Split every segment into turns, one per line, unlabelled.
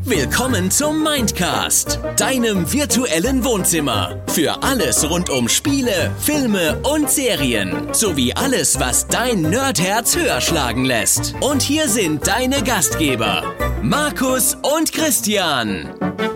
Willkommen zum Mindcast, deinem virtuellen Wohnzimmer. Für alles rund um Spiele, Filme und Serien. Sowie alles, was dein Nerdherz höher schlagen lässt. Und hier sind deine Gastgeber, Markus und Christian.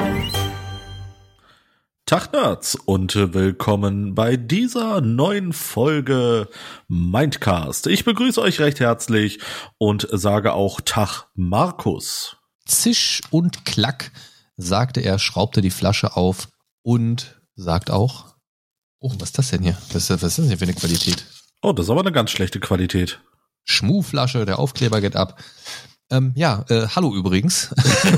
Tag Nerds und willkommen bei dieser neuen Folge Mindcast. Ich begrüße euch recht herzlich und sage auch Tag Markus.
Zisch und Klack, sagte er, schraubte die Flasche auf und sagt auch, oh, was ist das denn hier? Was ist das denn hier für eine Qualität?
Oh, das ist aber eine ganz schlechte Qualität.
Schmuhflasche, der Aufkleber geht ab. Hallo übrigens.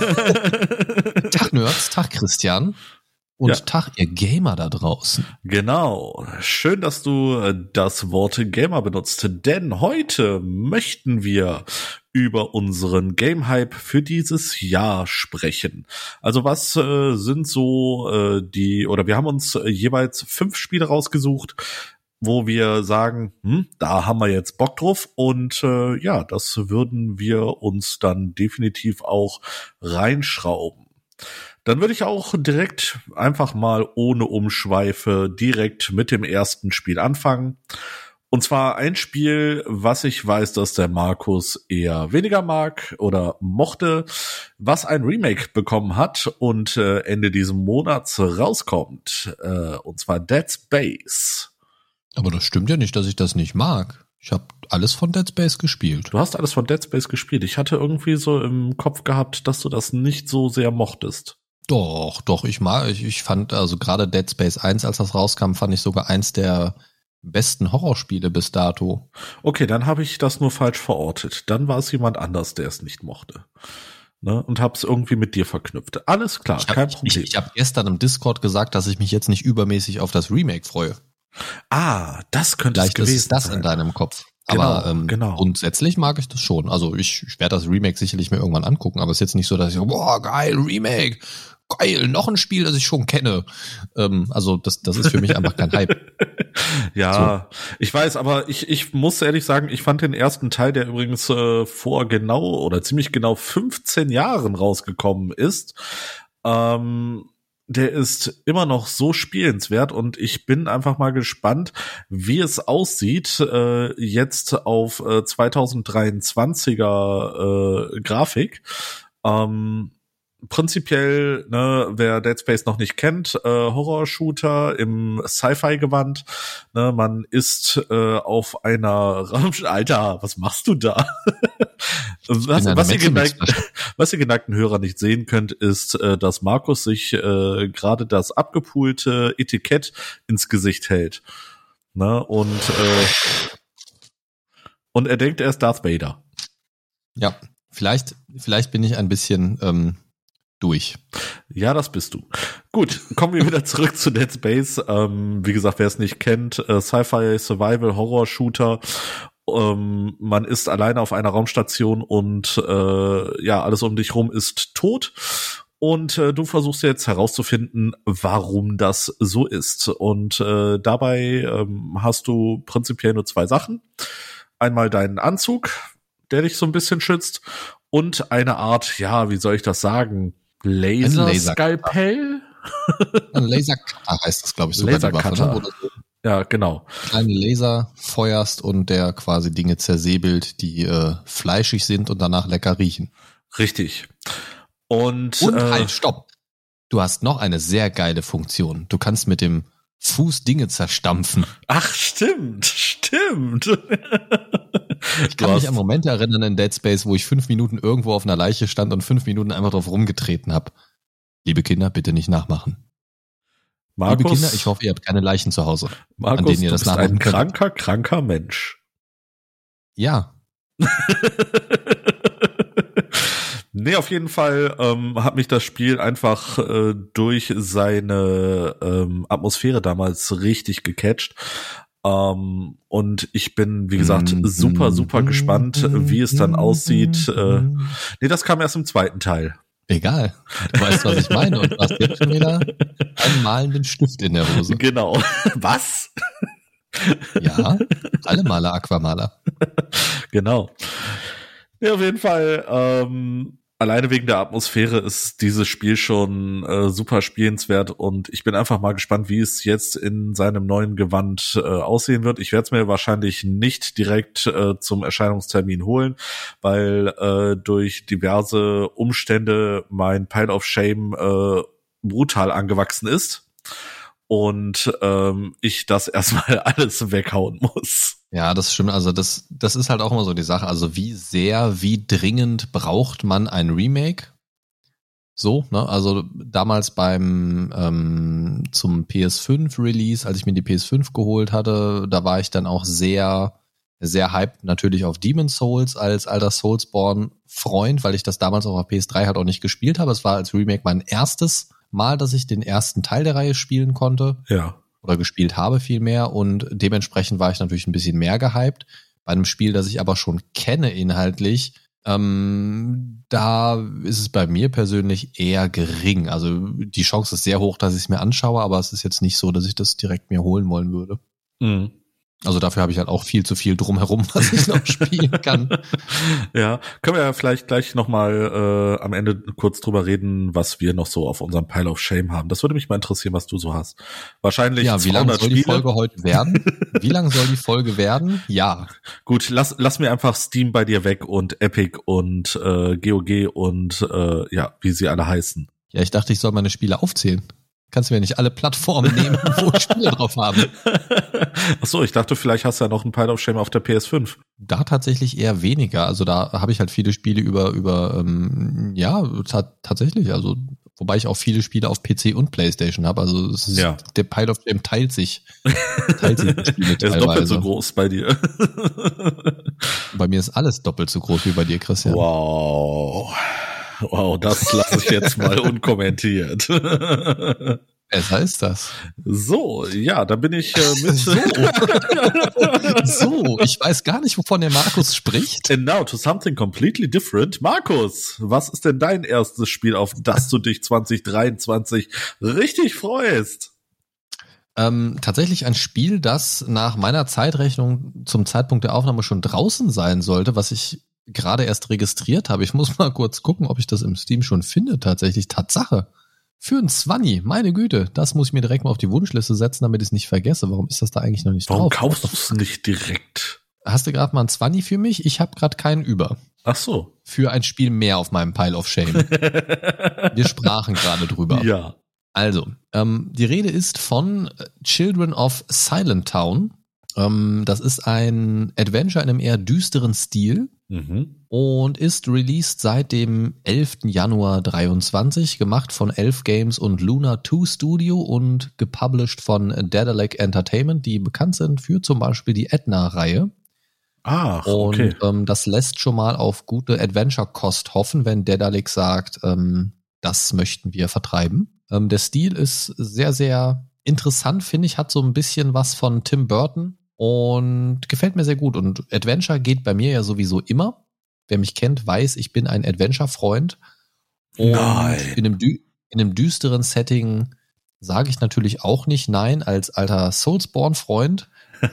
Tag Nerds, Tag Christian. Und ja. Tag, ihr Gamer da draußen.
Genau. Schön, dass du das Wort Gamer benutzt, denn heute möchten wir über unseren Game-Hype für dieses Jahr sprechen. Also was sind so wir haben uns jeweils 5 Spiele rausgesucht, wo wir sagen, da haben wir jetzt Bock drauf und das würden wir uns dann definitiv auch reinschrauben. Dann würde ich auch direkt einfach mal ohne Umschweife direkt mit dem ersten Spiel anfangen. Und zwar ein Spiel, was ich weiß, dass der Markus eher weniger mag oder mochte, was ein Remake bekommen hat und Ende diesen Monats rauskommt. Und zwar Dead Space.
Aber das stimmt ja nicht, dass ich das nicht mag. Ich habe alles von Dead Space gespielt.
Du hast alles von Dead Space gespielt. Ich hatte irgendwie so im Kopf gehabt, dass du das nicht so sehr mochtest.
Doch, ich fand, also gerade Dead Space 1, als das rauskam, fand ich sogar eins der besten Horrorspiele bis dato.
Okay, dann habe ich das nur falsch verortet. Dann war es jemand anders, der es nicht mochte. Ne? Und habe es irgendwie mit dir verknüpft. Alles klar, kein Problem.
Ich habe gestern im Discord gesagt, dass ich mich jetzt nicht übermäßig auf das Remake freue.
Ah, das könnte es gewesen sein.
Vielleicht ist das in deinem Kopf.
Genau,
aber grundsätzlich mag ich das schon. Also ich werde das Remake sicherlich mir irgendwann angucken, aber es ist jetzt nicht so, dass ich so, boah, geil, Remake, geil, noch ein Spiel, das ich schon kenne. Also das ist für mich einfach kein Hype.
Ja, so. Ich weiß, aber ich muss ehrlich sagen, ich fand den ersten Teil, der übrigens vor ziemlich genau 15 Jahren rausgekommen ist, der ist immer noch so spielenswert und ich bin einfach mal gespannt, wie es aussieht jetzt auf 2023er Grafik. Prinzipiell, ne, wer Dead Space noch nicht kennt, Horror-Shooter im Sci-Fi-Gewand, ne, man ist auf einer Alter, was machst du da? Was ihr geneigten Hörer nicht sehen könnt, ist, dass Markus sich gerade das abgepulte Etikett ins Gesicht hält. Ne, und er denkt, er ist Darth Vader.
Ja, vielleicht bin ich ein bisschen durch.
Ja, das bist du. Gut, kommen wir wieder zurück zu Dead Space. Wie gesagt, wer es nicht kennt, Sci-Fi, Survival, Horror-Shooter. Man ist alleine auf einer Raumstation und alles um dich rum ist tot. Und du versuchst jetzt herauszufinden, warum das so ist. Und dabei hast du prinzipiell nur 2 Sachen. Einmal deinen Anzug, der dich so ein bisschen schützt, und eine Art, ja, wie soll ich das sagen? Laserskalpell?
Ein Lasercutter heißt das, glaube ich, sogar.
Lasercutter. So. Ja, genau.
Kleine Laser feuerst und der quasi Dinge zersäbelt, die fleischig sind und danach lecker riechen.
Richtig. Und
halt, stopp. Du hast noch eine sehr geile Funktion. Du kannst mit dem Fuß Dinge zerstampfen.
Ach, stimmt.
Ich kann mich an Momente erinnern in Dead Space, wo ich 5 Minuten irgendwo auf einer Leiche stand und 5 Minuten einfach drauf rumgetreten habe. Liebe Kinder, bitte nicht nachmachen.
Markus,
liebe Kinder, ich hoffe, ihr habt keine Leichen zu Hause,
Markus,
an denen ihr das nachmachen könnt.
Du bist ein kranker Mensch.
Ja.
Nee, auf jeden Fall hat mich das Spiel einfach durch seine Atmosphäre damals richtig gecatcht. Und ich bin, wie gesagt, super gespannt, wie es dann aussieht. Nee, das kam erst im 2. Teil.
Egal. Du weißt, was ich meine. Und du hast jetzt schon wieder einen malenden Stift in der Hose.
Genau. Was?
Ja, alle Maler, Aquamaler.
Genau. Ja, auf jeden Fall alleine wegen der Atmosphäre ist dieses Spiel schon super spielenswert und ich bin einfach mal gespannt, wie es jetzt in seinem neuen Gewand aussehen wird. Ich werde es mir wahrscheinlich nicht direkt zum Erscheinungstermin holen, weil durch diverse Umstände mein Pile of Shame brutal angewachsen ist und ich das erstmal alles weghauen muss.
Ja, das stimmt. Also das ist halt auch immer so die Sache. Also wie dringend braucht man ein Remake? So, ne? Also damals zum PS5-Release, als ich mir die PS5 geholt hatte, da war ich dann auch sehr, sehr hyped natürlich auf Demon's Souls als alter Soulsborne-Freund, weil ich das damals auf der PS3 halt auch nicht gespielt habe. Es war als Remake mein erstes Mal, dass ich den ersten Teil der Reihe spielen konnte.
Ja. Oder
gespielt habe vielmehr und dementsprechend war ich natürlich ein bisschen mehr gehypt. Bei einem Spiel, das ich aber schon kenne inhaltlich, da ist es bei mir persönlich eher gering. Also die Chance ist sehr hoch, dass ich es mir anschaue, aber es ist jetzt nicht so, dass ich das direkt mir holen wollen würde.
Mhm.
Also dafür habe ich halt auch viel zu viel drumherum, was ich noch spielen kann.
Ja, können wir ja vielleicht gleich nochmal am Ende kurz drüber reden, was wir noch so auf unserem Pile of Shame haben. Das würde mich mal interessieren, was du so hast. Wahrscheinlich
ja, wie lang soll die Folge heute werden? Wie lang soll die Folge werden? Ja.
Gut, lass mir einfach Steam bei dir weg und Epic und GOG und wie sie alle heißen.
Ja, ich dachte, ich soll meine Spiele aufzählen. Kannst du ja nicht alle Plattformen nehmen, wo ich Spiele drauf habe.
Ach so, ich dachte, vielleicht hast du ja noch ein Pile of Shame auf der PS5.
Da tatsächlich eher weniger. Also da habe ich halt viele Spiele tatsächlich. Also wobei ich auch viele Spiele auf PC und PlayStation habe. Also es ist, der Pile of Shame teilt sich die Spiele
der ist doppelt so groß bei dir.
Bei mir ist alles doppelt so groß wie bei dir, Christian.
Wow, das lasse ich jetzt mal unkommentiert.
Besser ist das.
So, ja, da bin ich mit.
So, ich weiß gar nicht, wovon der Markus spricht.
And now to something completely different. Markus, was ist denn dein erstes Spiel, auf das du dich 2023 richtig freust?
Tatsächlich ein Spiel, das nach meiner Zeitrechnung zum Zeitpunkt der Aufnahme schon draußen sein sollte, was ich gerade erst registriert habe. Ich muss mal kurz gucken, ob ich das im Steam schon finde. Tatsächlich, Tatsache. Für ein 20, meine Güte. Das muss ich mir direkt mal auf die Wunschliste setzen, damit ich es nicht vergesse. Warum ist das da eigentlich noch nicht drauf?
Warum kaufst du es nicht direkt?
Hast du gerade mal ein 20 für mich? Ich habe gerade keinen über.
Ach so.
Für ein Spiel mehr auf meinem Pile of Shame. Wir sprachen gerade drüber.
Ja.
Also, die Rede ist von Children of Silent Town. Das ist ein Adventure in einem eher düsteren Stil und ist released seit dem 11. Januar 23, gemacht von Elf Games und Luna 2 Studio und gepublished von Daedalic Entertainment, die bekannt sind für zum Beispiel die Edna-Reihe.
Ach, okay.
Und das lässt schon mal auf gute Adventure-Kost hoffen, wenn Daedalic sagt, das möchten wir vertreiben. Der Stil ist sehr, sehr interessant, finde ich, hat so ein bisschen was von Tim Burton. Und gefällt mir sehr gut. Und Adventure geht bei mir ja sowieso immer. Wer mich kennt, weiß, ich bin ein Adventure-Freund. Und in einem düsteren Setting sage ich natürlich auch nicht nein, als alter Soulsborne-Freund.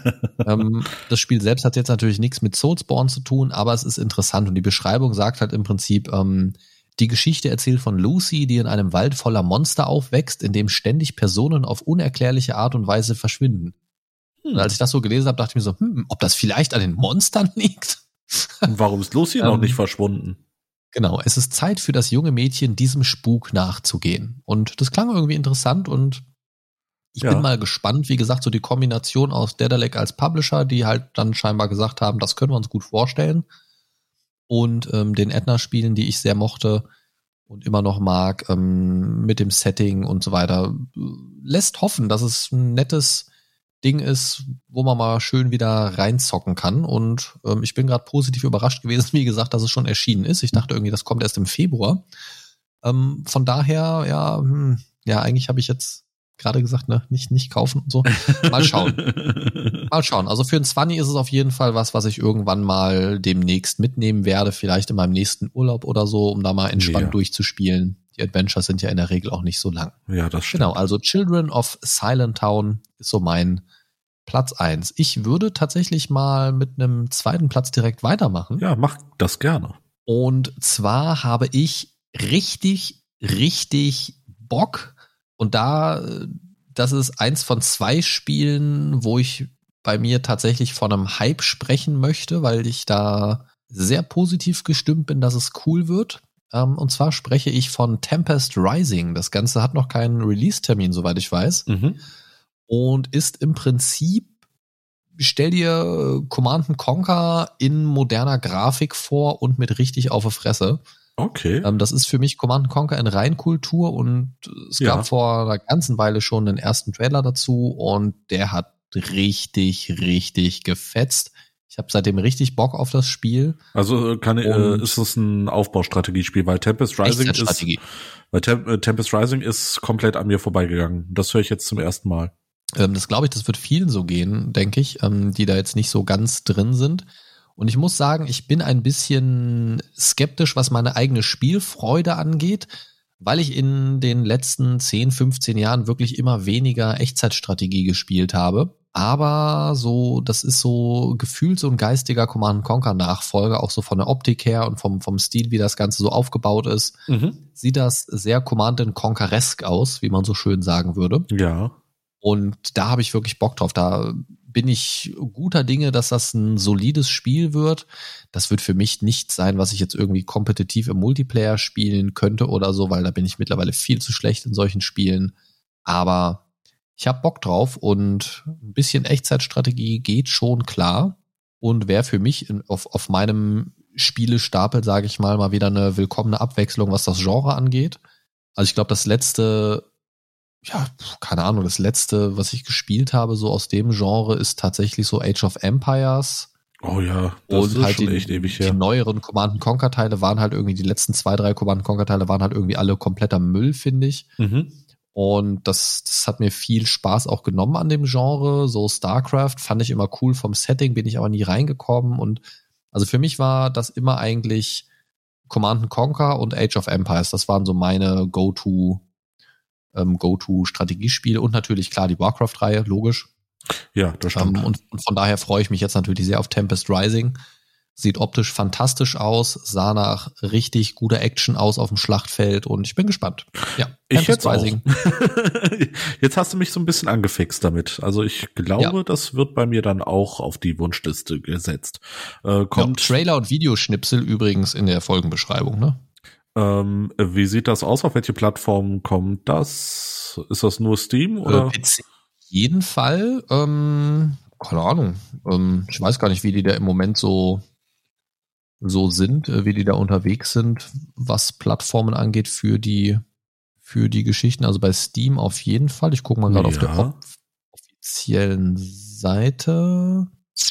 Das Spiel selbst hat jetzt natürlich nichts mit Soulsborne zu tun, aber es ist interessant. Und die Beschreibung sagt halt im Prinzip, die Geschichte erzählt von Lucy, die in einem Wald voller Monster aufwächst, in dem ständig Personen auf unerklärliche Art und Weise verschwinden. Und als ich das so gelesen habe, dachte ich mir so, ob das vielleicht an den Monstern liegt?
Und warum ist Lucy noch nicht verschwunden?
Genau, es ist Zeit für das junge Mädchen, diesem Spuk nachzugehen. Und das klang irgendwie interessant und ich bin mal gespannt. Wie gesagt, so die Kombination aus Daedalic als Publisher, die halt dann scheinbar gesagt haben, das können wir uns gut vorstellen. Und den Edna-Spielen, die ich sehr mochte und immer noch mag, mit dem Setting und so weiter, lässt hoffen, dass es ein nettes Ding ist, wo man mal schön wieder reinzocken kann. Und ich bin gerade positiv überrascht gewesen, wie gesagt, dass es schon erschienen ist. Ich dachte irgendwie, das kommt erst im Februar. Von daher, eigentlich habe ich jetzt gerade gesagt, ne, nicht kaufen und so. Mal schauen. Mal schauen. Also für ein 20 ist es auf jeden Fall was ich irgendwann mal demnächst mitnehmen werde, vielleicht in meinem nächsten Urlaub oder so, um da mal entspannt durchzuspielen. Die Adventures sind ja in der Regel auch nicht so lang.
Ja, das stimmt.
Genau, also Children of Silent Town ist so mein Platz 1. Ich würde tatsächlich mal mit einem zweiten Platz direkt weitermachen.
Ja, mach das gerne.
Und zwar habe ich richtig Bock. Und das ist eins von 2 Spielen, wo ich bei mir tatsächlich von einem Hype sprechen möchte, weil ich da sehr positiv gestimmt bin, dass es cool wird. Und zwar spreche ich von Tempest Rising. Das Ganze hat noch keinen Release-Termin, soweit ich weiß. Und ist im Prinzip, stell dir Command & Conquer in moderner Grafik vor und mit richtig auf die Fresse.
Okay.
Das ist für mich Command & Conquer in Reinkultur und es gab vor einer ganzen Weile schon den ersten Trailer dazu und der hat richtig gefetzt. Ich habe seitdem richtig Bock auf das Spiel.
Also ist es ein Aufbaustrategiespiel, weil Tempest Rising ist komplett an mir vorbeigegangen. Das höre ich jetzt zum ersten Mal.
Das glaube ich, das wird vielen so gehen, denke ich, die da jetzt nicht so ganz drin sind. Und ich muss sagen, ich bin ein bisschen skeptisch, was meine eigene Spielfreude angeht, weil ich in den letzten 10, 15 Jahren wirklich immer weniger Echtzeitstrategie gespielt habe. Aber das ist so gefühlt so ein geistiger Command & Conquer Nachfolger, auch so von der Optik her und vom Stil, wie das Ganze so aufgebaut ist. Sieht das sehr Command & Conqueresk aus, wie man so schön sagen würde.
Ja.
Und da habe ich wirklich Bock drauf. Da bin ich guter Dinge, dass das ein solides Spiel wird. Das wird für mich nicht sein, was ich jetzt irgendwie kompetitiv im Multiplayer spielen könnte oder so, weil da bin ich mittlerweile viel zu schlecht in solchen Spielen. Aber ich habe Bock drauf und ein bisschen Echtzeitstrategie geht schon klar und wäre für mich auf meinem Spielestapel, sage ich mal wieder eine willkommene Abwechslung, was das Genre angeht. Also ich glaube, das letzte, was ich gespielt habe, so aus dem Genre, ist tatsächlich so Age of Empires.
Oh ja, das
und
ist
halt
schon echt ewig her.
Die neueren Command & Conquer Teile waren halt irgendwie, die letzten 2, 3 Command & Conquer Teile waren halt irgendwie alle kompletter Müll, finde ich. Und das hat mir viel Spaß auch genommen an dem Genre. So StarCraft fand ich immer cool vom Setting, bin ich aber nie reingekommen. Und also für mich war das immer eigentlich Command & Conquer und Age of Empires. Das waren so meine Go-To-Strategiespiele und natürlich klar die Warcraft-Reihe, logisch.
Ja, das stimmt.
Und von daher freue ich mich jetzt natürlich sehr auf Tempest Rising. Sieht optisch fantastisch aus, sah nach richtig guter Action aus auf dem Schlachtfeld und ich bin gespannt. Ja,
ich jetzt auch. Jetzt hast du mich so ein bisschen angefixt damit. Also ich glaube, das wird bei mir dann auch auf die Wunschliste gesetzt.
Trailer und Videoschnipsel übrigens in der Folgenbeschreibung, ne?
Wie sieht das aus? Auf welche Plattform kommt das? Ist das nur Steam oder?
PC. Jeden Fall. Keine Ahnung. Ich weiß gar nicht, wie die da im Moment so sind, wie die da unterwegs sind, was Plattformen angeht für die Geschichten. Also bei Steam auf jeden Fall. Ich gucke mal gerade auf der offiziellen Seite.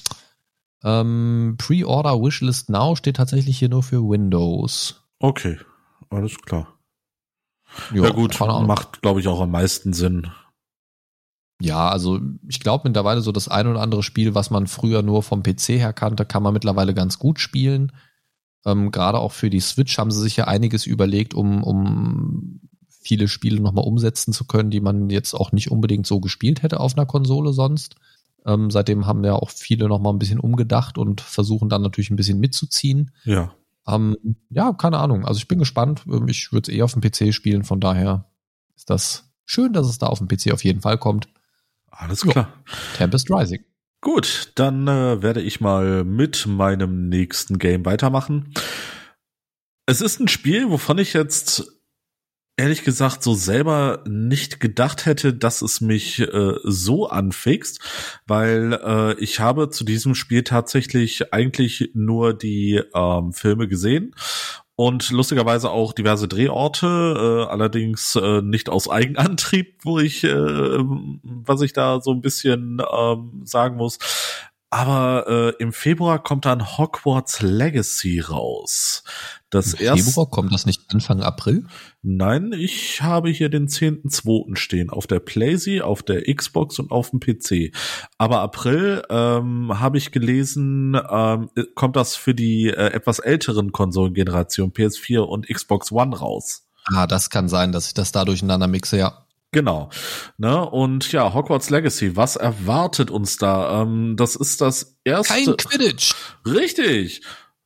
Pre-Order Wishlist Now steht tatsächlich hier nur für Windows.
Okay, alles klar.
Ja gut,
macht, glaube ich, auch am meisten Sinn.
Ja, also ich glaube mittlerweile so das ein oder andere Spiel, was man früher nur vom PC her kannte, kann man mittlerweile ganz gut spielen. Gerade auch für die Switch haben sie sich ja einiges überlegt, um viele Spiele nochmal umsetzen zu können, die man jetzt auch nicht unbedingt so gespielt hätte auf einer Konsole sonst. Seitdem haben ja auch viele nochmal ein bisschen umgedacht und versuchen dann natürlich ein bisschen mitzuziehen.
Ja.
Ja, keine Ahnung. Also ich bin gespannt. Ich würde es eher auf dem PC spielen, von daher ist das schön, dass es da auf dem PC auf jeden Fall kommt.
Alles klar.
Tempest Rising.
Gut, dann werde ich mal mit meinem nächsten Game weitermachen. Es ist ein Spiel, wovon ich jetzt ehrlich gesagt so selber nicht gedacht hätte, dass es mich so anfixt, weil ich habe zu diesem Spiel tatsächlich eigentlich nur die Filme gesehen. Und lustigerweise auch diverse Drehorte, allerdings nicht aus Eigenantrieb, was ich da so ein bisschen sagen muss. Aber im Februar kommt dann Hogwarts Legacy raus. Im
Februar kommt das nicht Anfang April?
Nein, ich habe hier den 10.2. stehen, auf der PlayStation, auf der Xbox und auf dem PC. Aber April, habe ich gelesen, kommt das für die etwas älteren Konsolengeneration PS4 und Xbox One raus.
Ah, das kann sein, dass ich das da durcheinander mixe, ja.
Genau. Ne? Und ja, Hogwarts Legacy, was erwartet uns da? Das ist das erste...
Kein Quidditch!
Richtig!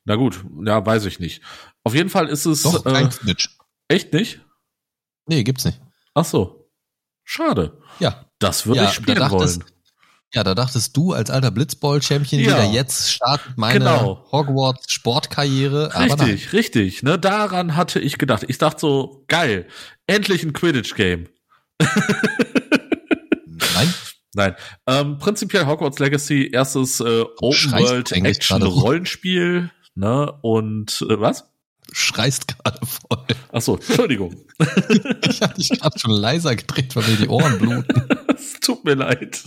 Na gut, ja, weiß ich nicht. Auf jeden Fall ist es...
Doch, kein Quidditch.
Echt nicht?
Nee, gibt's nicht.
Ach so. Schade.
Ja.
Das würde ich spielen wollen.
Ja, da dachtest du als alter Blitzball-Champion wieder, jetzt startet meine Hogwarts-Sportkarriere.
Richtig. Ne, daran hatte ich gedacht. Ich dachte so, geil, endlich ein Quidditch-Game. Nein. Prinzipiell Hogwarts Legacy, erstes Open-World-Action-Rollenspiel. Ne, und was?
Schreist gerade voll.
Ach so, Entschuldigung.
Ich hatte dich gerade schon leiser gedreht, weil mir die Ohren bluten.
Es tut mir leid.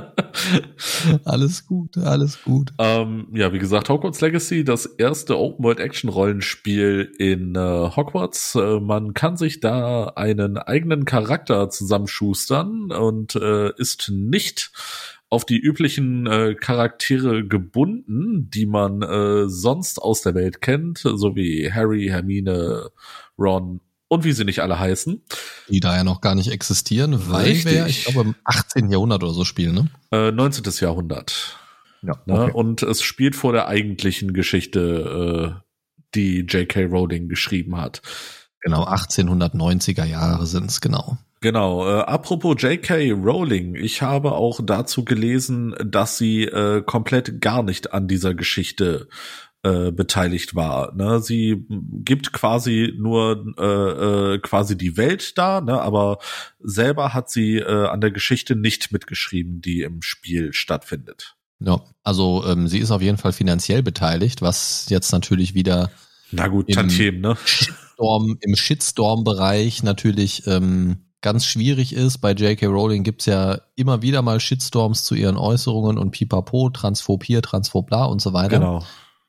Alles gut.
Ja, wie gesagt, Hogwarts Legacy, das erste Open-World-Action-Rollenspiel in Hogwarts. Man kann sich da einen eigenen Charakter zusammenschustern und ist nicht auf die üblichen Charaktere gebunden, die man sonst aus der Welt kennt, so wie Harry, Hermine, Ron und wie sie nicht alle heißen.
Die da ja noch gar nicht existieren, weil wir, ich glaube, im 18. Jahrhundert oder so spielen, ne?
19. Jahrhundert.
Ja, okay.
Ne? Und es spielt vor der eigentlichen Geschichte, die J.K. Rowling geschrieben hat.
Genau, 1890er Jahre sind's, genau.
Genau, apropos J.K. Rowling, ich habe auch dazu gelesen, dass sie komplett gar nicht an dieser Geschichte beteiligt war. Ne? Sie gibt quasi nur quasi die Welt da, ne? Aber selber hat sie an der Geschichte nicht mitgeschrieben, die im Spiel stattfindet.
Ja, also sie ist auf jeden Fall finanziell beteiligt, was jetzt natürlich wieder
Tantiemen, ne?
Im Shitstorm-Bereich natürlich ganz schwierig ist. Bei J.K. Rowling gibt's ja immer wieder mal Shitstorms zu ihren Äußerungen und Pipapo, Transphob hier, Transphob bla und so weiter.
Genau.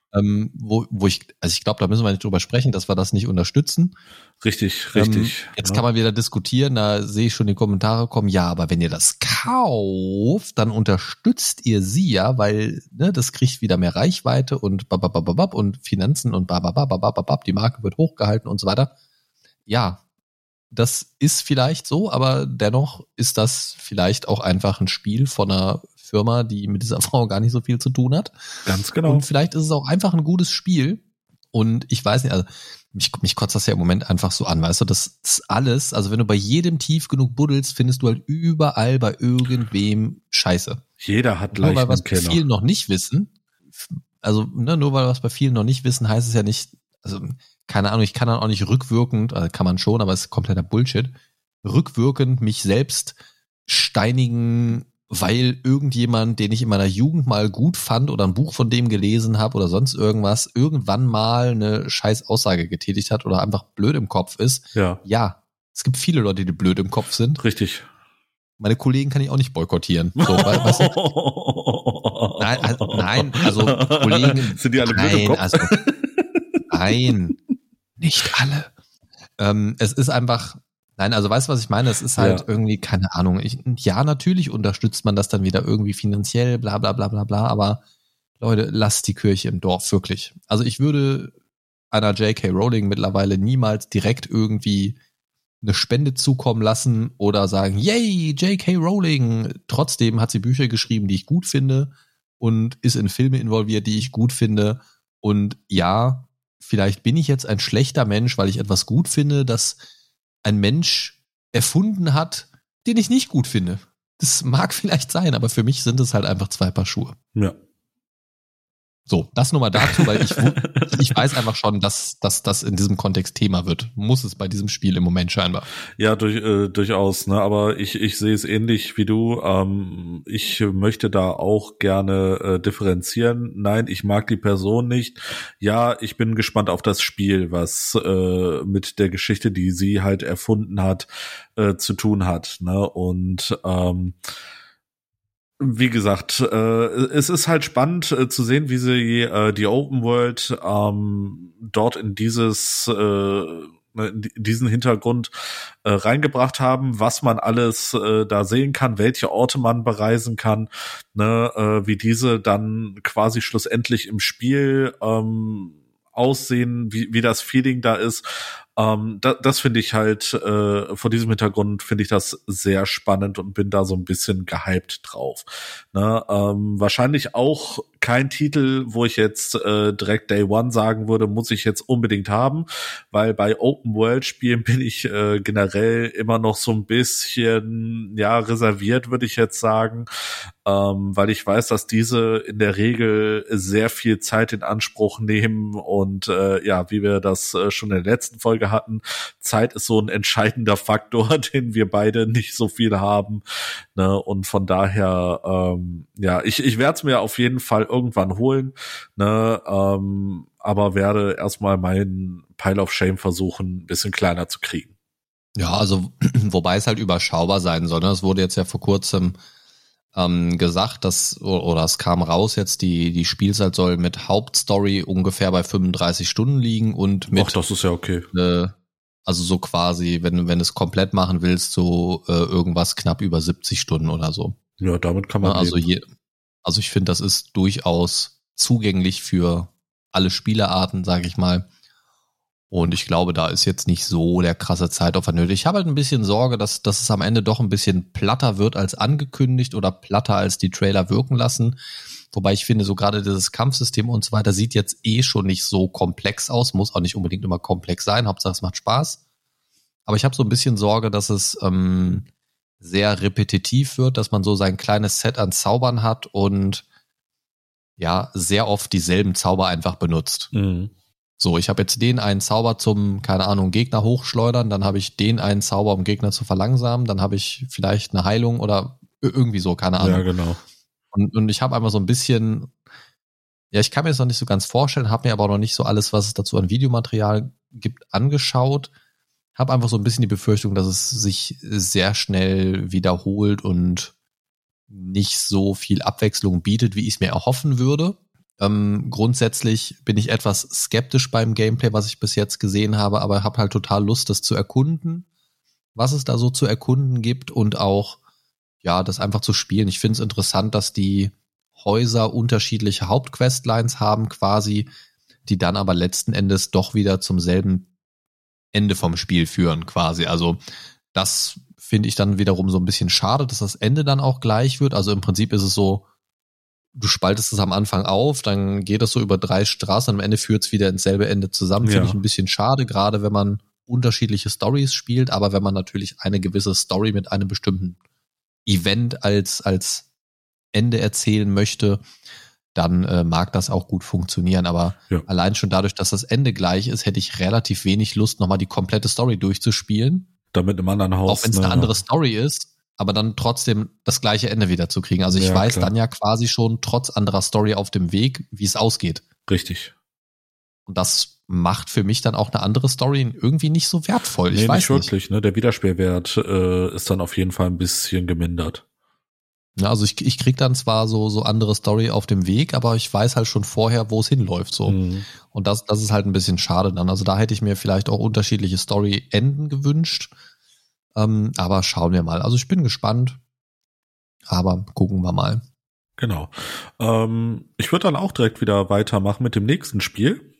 Wo ich glaube, da müssen wir nicht drüber sprechen, dass wir das nicht unterstützen.
Richtig.
Jetzt kann man wieder diskutieren, da sehe ich schon die Kommentare kommen, ja, aber wenn ihr das kauft, dann unterstützt ihr sie ja, weil das kriegt wieder mehr Reichweite und bababababab und Finanzen und bababababab, die Marke wird hochgehalten und so weiter. Ja, das ist vielleicht so, aber dennoch ist das vielleicht auch einfach ein Spiel von einer Firma, die mit dieser Frau gar nicht so viel zu tun hat.
Ganz genau.
Und vielleicht ist es auch einfach ein gutes Spiel. Und ich weiß nicht, also mich kotzt das ja im Moment einfach so an, weißt du, das ist alles, also wenn du bei jedem tief genug buddelst, findest du halt überall bei irgendwem Scheiße.
Jeder hat Leichen
nur weil was
im Keller.
Bei vielen noch nicht wissen, also nur weil was bei vielen noch nicht wissen, heißt es ja nicht, also keine Ahnung, ich kann dann auch nicht rückwirkend, also kann man schon, aber es ist kompletter Bullshit, rückwirkend mich selbst steinigen, weil irgendjemand, den ich in meiner Jugend mal gut fand oder ein Buch von dem gelesen habe oder sonst irgendwas, irgendwann mal eine scheiß Aussage getätigt hat oder einfach blöd im Kopf ist. Ja, es gibt viele Leute, die blöd im Kopf sind.
Richtig.
Meine Kollegen kann ich auch nicht boykottieren. So, weißt du? Nein, also Kollegen.
Sind die alle blöd im Kopf?
Also, nein, nicht alle. Es ist einfach... Nein, also weißt du, was ich meine? Es ist halt irgendwie, keine Ahnung. Natürlich unterstützt man das dann wieder irgendwie finanziell, bla bla bla bla bla, aber Leute, lasst die Kirche im Dorf, wirklich. Also ich würde einer J.K. Rowling mittlerweile niemals direkt irgendwie eine Spende zukommen lassen oder sagen, yay, J.K. Rowling. Trotzdem hat sie Bücher geschrieben, die ich gut finde und ist in Filme involviert, die ich gut finde. Und ja, vielleicht bin ich jetzt ein schlechter Mensch, weil ich etwas gut finde, das ein Mensch erfunden hat, den ich nicht gut finde. Das mag vielleicht sein, aber für mich sind es halt einfach zwei Paar Schuhe.
Ja.
So, das nur mal dazu, weil ich weiß einfach schon, dass das in diesem Kontext Thema wird. Muss es bei diesem Spiel im Moment scheinbar.
Ja, durchaus, ne? Aber ich sehe es ähnlich wie du. Ich möchte da auch gerne differenzieren. Nein, ich mag die Person nicht. Ja, ich bin gespannt auf das Spiel, was mit der Geschichte, die sie halt erfunden hat, zu tun hat, ne? Und wie gesagt, es ist halt spannend zu sehen, wie sie die Open World dort in diesen Hintergrund reingebracht haben, was man alles da sehen kann, welche Orte man bereisen kann, ne, wie diese dann quasi schlussendlich im Spiel aussehen, wie das Feeling da ist. Das finde ich halt, vor diesem Hintergrund finde ich das sehr spannend und bin da so ein bisschen gehypt drauf. Ne? Wahrscheinlich auch kein Titel, wo ich jetzt direkt Day One sagen würde, muss ich jetzt unbedingt haben, weil bei Open-World-Spielen bin ich generell immer noch so ein bisschen, ja, reserviert, würde ich jetzt sagen, weil ich weiß, dass diese in der Regel sehr viel Zeit in Anspruch nehmen und ja, wie wir das schon in der letzten Folge hatten, Zeit ist so ein entscheidender Faktor, den wir beide nicht so viel haben, ne? Und von daher, ja, ich werde es mir auf jeden Fall irgendwann holen, ne? Aber werde erstmal meinen Pile of Shame versuchen, ein bisschen kleiner zu kriegen.
Ja, also wobei es halt überschaubar sein soll. Ne? Es wurde jetzt ja vor kurzem gesagt, dass, oder es kam raus jetzt, die Spielzeit soll mit Hauptstory ungefähr bei 35 Stunden liegen und mit.
Ach, das ist ja okay.
Also so quasi, wenn du es komplett machen willst, so irgendwas knapp über 70 Stunden oder so.
Ja, damit kann man
leben. Also ich finde, das ist durchaus zugänglich für alle Spielerarten, sage ich mal. Und ich glaube, da ist jetzt nicht so der krasse Zeitaufwand nötig. Ich habe halt ein bisschen Sorge, dass es am Ende doch ein bisschen platter wird als angekündigt oder platter als die Trailer wirken lassen. Wobei ich finde, so gerade dieses Kampfsystem und so weiter sieht jetzt schon nicht so komplex aus. Muss auch nicht unbedingt immer komplex sein. Hauptsache es macht Spaß. Aber ich habe so ein bisschen Sorge, dass es sehr repetitiv wird, dass man so sein kleines Set an Zaubern hat und ja, sehr oft dieselben Zauber einfach benutzt.
Mhm.
So, ich habe jetzt den einen Zauber zum, keine Ahnung, Gegner hochschleudern, dann habe ich den einen Zauber, um Gegner zu verlangsamen, dann habe ich vielleicht eine Heilung oder irgendwie so, keine Ahnung.
Ja, genau.
Und ich habe einfach so ein bisschen, ja, ich kann mir das noch nicht so ganz vorstellen, habe mir aber auch noch nicht so alles, was es dazu an Videomaterial gibt, angeschaut. Habe einfach so ein bisschen die Befürchtung, dass es sich sehr schnell wiederholt und nicht so viel Abwechslung bietet, wie ich es mir erhoffen würde. Grundsätzlich bin ich etwas skeptisch beim Gameplay, was ich bis jetzt gesehen habe, aber habe halt total Lust, das zu erkunden, was es da so zu erkunden gibt und auch, ja, das einfach zu spielen. Ich finde es interessant, dass die Häuser unterschiedliche Hauptquestlines haben quasi, die dann aber letzten Endes doch wieder zum selben Ende vom Spiel führen quasi. Also das finde ich dann wiederum so ein bisschen schade, dass das Ende dann auch gleich wird. Also im Prinzip ist es so, du spaltest es am Anfang auf, dann geht es so über 3 Straßen, am Ende führt es wieder ins selbe Ende zusammen. Finde ich ein bisschen schade, gerade wenn man unterschiedliche Stories spielt, aber wenn man natürlich eine gewisse Story mit einem bestimmten Event als Ende erzählen möchte, dann mag das auch gut funktionieren. Aber allein schon dadurch, dass das Ende gleich ist, hätte ich relativ wenig Lust, nochmal die komplette Story durchzuspielen.
Damit im anderen Haus.
Auch wenn es eine andere Story ist, aber dann trotzdem das gleiche Ende wieder zu kriegen. Also ich weiß dann ja quasi schon, trotz anderer Story auf dem Weg, wie es ausgeht.
Richtig.
Und das macht für mich dann auch eine andere Story irgendwie nicht so wertvoll.
Nee, ich weiß nicht wirklich, ne? Der Wiederspielwert ist dann auf jeden Fall ein bisschen gemindert.
Ja, also ich krieg dann zwar so andere Story auf dem Weg, aber ich weiß halt schon vorher, wo es hinläuft, so. Mhm. Und das ist halt ein bisschen schade dann. Also da hätte ich mir vielleicht auch unterschiedliche Story-Enden gewünscht. Aber schauen wir mal. Also ich bin gespannt, aber gucken wir mal.
Genau. Ich würde dann auch direkt wieder weitermachen mit dem nächsten Spiel.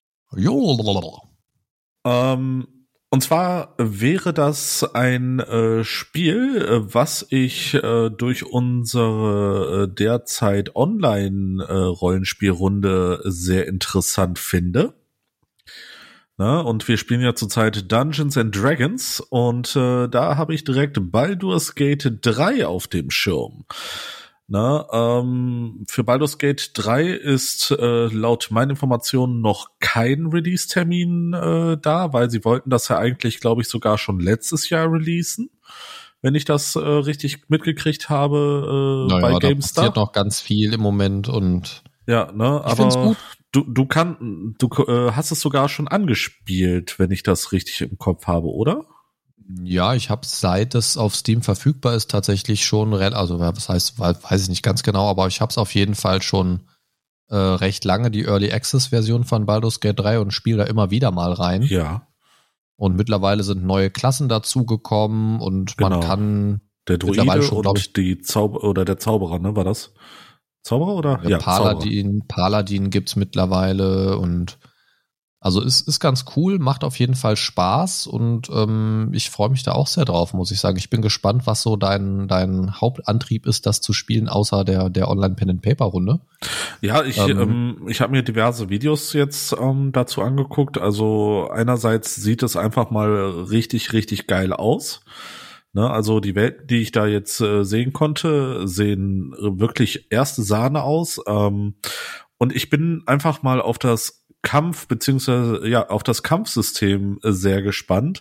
Und zwar wäre das ein Spiel, was ich durch unsere derzeit Online-Rollenspielrunde sehr interessant finde. Na, und wir spielen ja zurzeit Dungeons and Dragons und da habe ich direkt Baldur's Gate 3 auf dem Schirm. Na, für Baldur's Gate 3 ist laut meinen Informationen noch kein Release-Termin da, weil sie wollten das ja eigentlich, glaube ich, sogar schon letztes Jahr releasen, wenn ich das richtig mitgekriegt habe bei GameStar.
Da passiert noch ganz viel im Moment und
ja, ne,
ich find's gut.
Du hast es sogar schon angespielt, wenn ich das richtig im Kopf habe, oder?
Ja, ich habe, seit es auf Steam verfügbar ist, tatsächlich schon, also was heißt, weiß ich nicht ganz genau, aber ich habe es auf jeden Fall schon recht lange, die Early Access Version von Baldur's Gate 3 und spiele da immer wieder mal rein.
Ja.
Und mittlerweile sind neue Klassen dazugekommen und man kann
der Druide schon, und die der Zauberer, ne, war das? Zauberer oder?
Ja, Paladin gibt's mittlerweile und Also ist ganz cool, macht auf jeden Fall Spaß und ich freue mich da auch sehr drauf, muss ich sagen. Ich bin gespannt, was so dein Hauptantrieb ist, das zu spielen, außer der Online-Pen-and-Paper-Runde.
Ja, ich habe mir diverse Videos jetzt dazu angeguckt. Also einerseits sieht es einfach mal richtig, richtig geil aus. Ne, also die Welten, die ich da jetzt sehen konnte, sehen wirklich erste Sahne aus. Und ich bin einfach mal auf das auf das Kampfsystem sehr gespannt,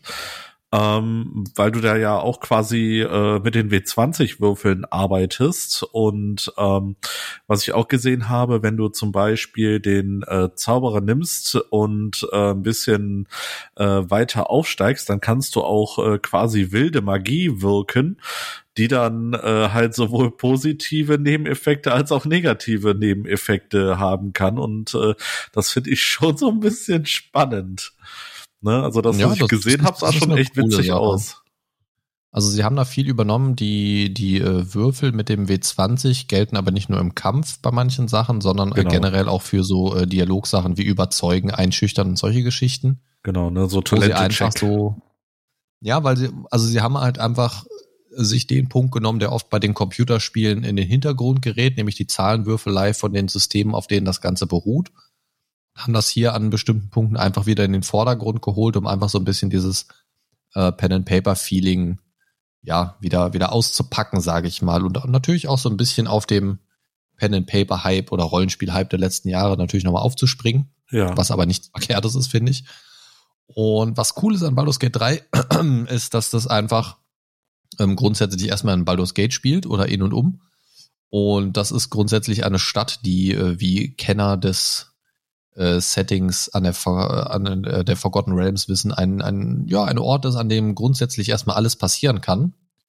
weil du da ja auch quasi mit den W20-Würfeln arbeitest und was ich auch gesehen habe, wenn du zum Beispiel den Zauberer nimmst und ein bisschen weiter aufsteigst, dann kannst du auch quasi wilde Magie wirken, die dann halt sowohl positive Nebeneffekte als auch negative Nebeneffekte haben kann. Und das finde ich schon so ein bisschen spannend. Ne? Also das, was ich gesehen habe, sah schon echt witzig aus.
Also sie haben da viel übernommen. Die Würfel mit dem W20 gelten aber nicht nur im Kampf bei manchen Sachen, sondern generell auch für so Dialogsachen wie Überzeugen, Einschüchtern und solche Geschichten.
Genau, ne, so Talente-Check.
Ja, weil sie haben halt einfach sich den Punkt genommen, der oft bei den Computerspielen in den Hintergrund gerät, nämlich die Zahlenwürfelei von den Systemen, auf denen das Ganze beruht. Haben das hier an bestimmten Punkten einfach wieder in den Vordergrund geholt, um einfach so ein bisschen dieses Pen-and-Paper-Feeling ja wieder auszupacken, sage ich mal. Und natürlich auch so ein bisschen auf dem Pen-and-Paper-Hype oder Rollenspiel-Hype der letzten Jahre natürlich nochmal aufzuspringen. Ja. Was aber nichts Verkehrtes ist, finde ich. Und was cool ist an Baldur's Gate 3, ist, dass das einfach grundsätzlich erstmal in Baldur's Gate spielt oder in und um. Und das ist grundsätzlich eine Stadt, die wie Kenner des Settings an der Forgotten Realms wissen, ein Ort ist, an dem grundsätzlich erstmal alles passieren kann.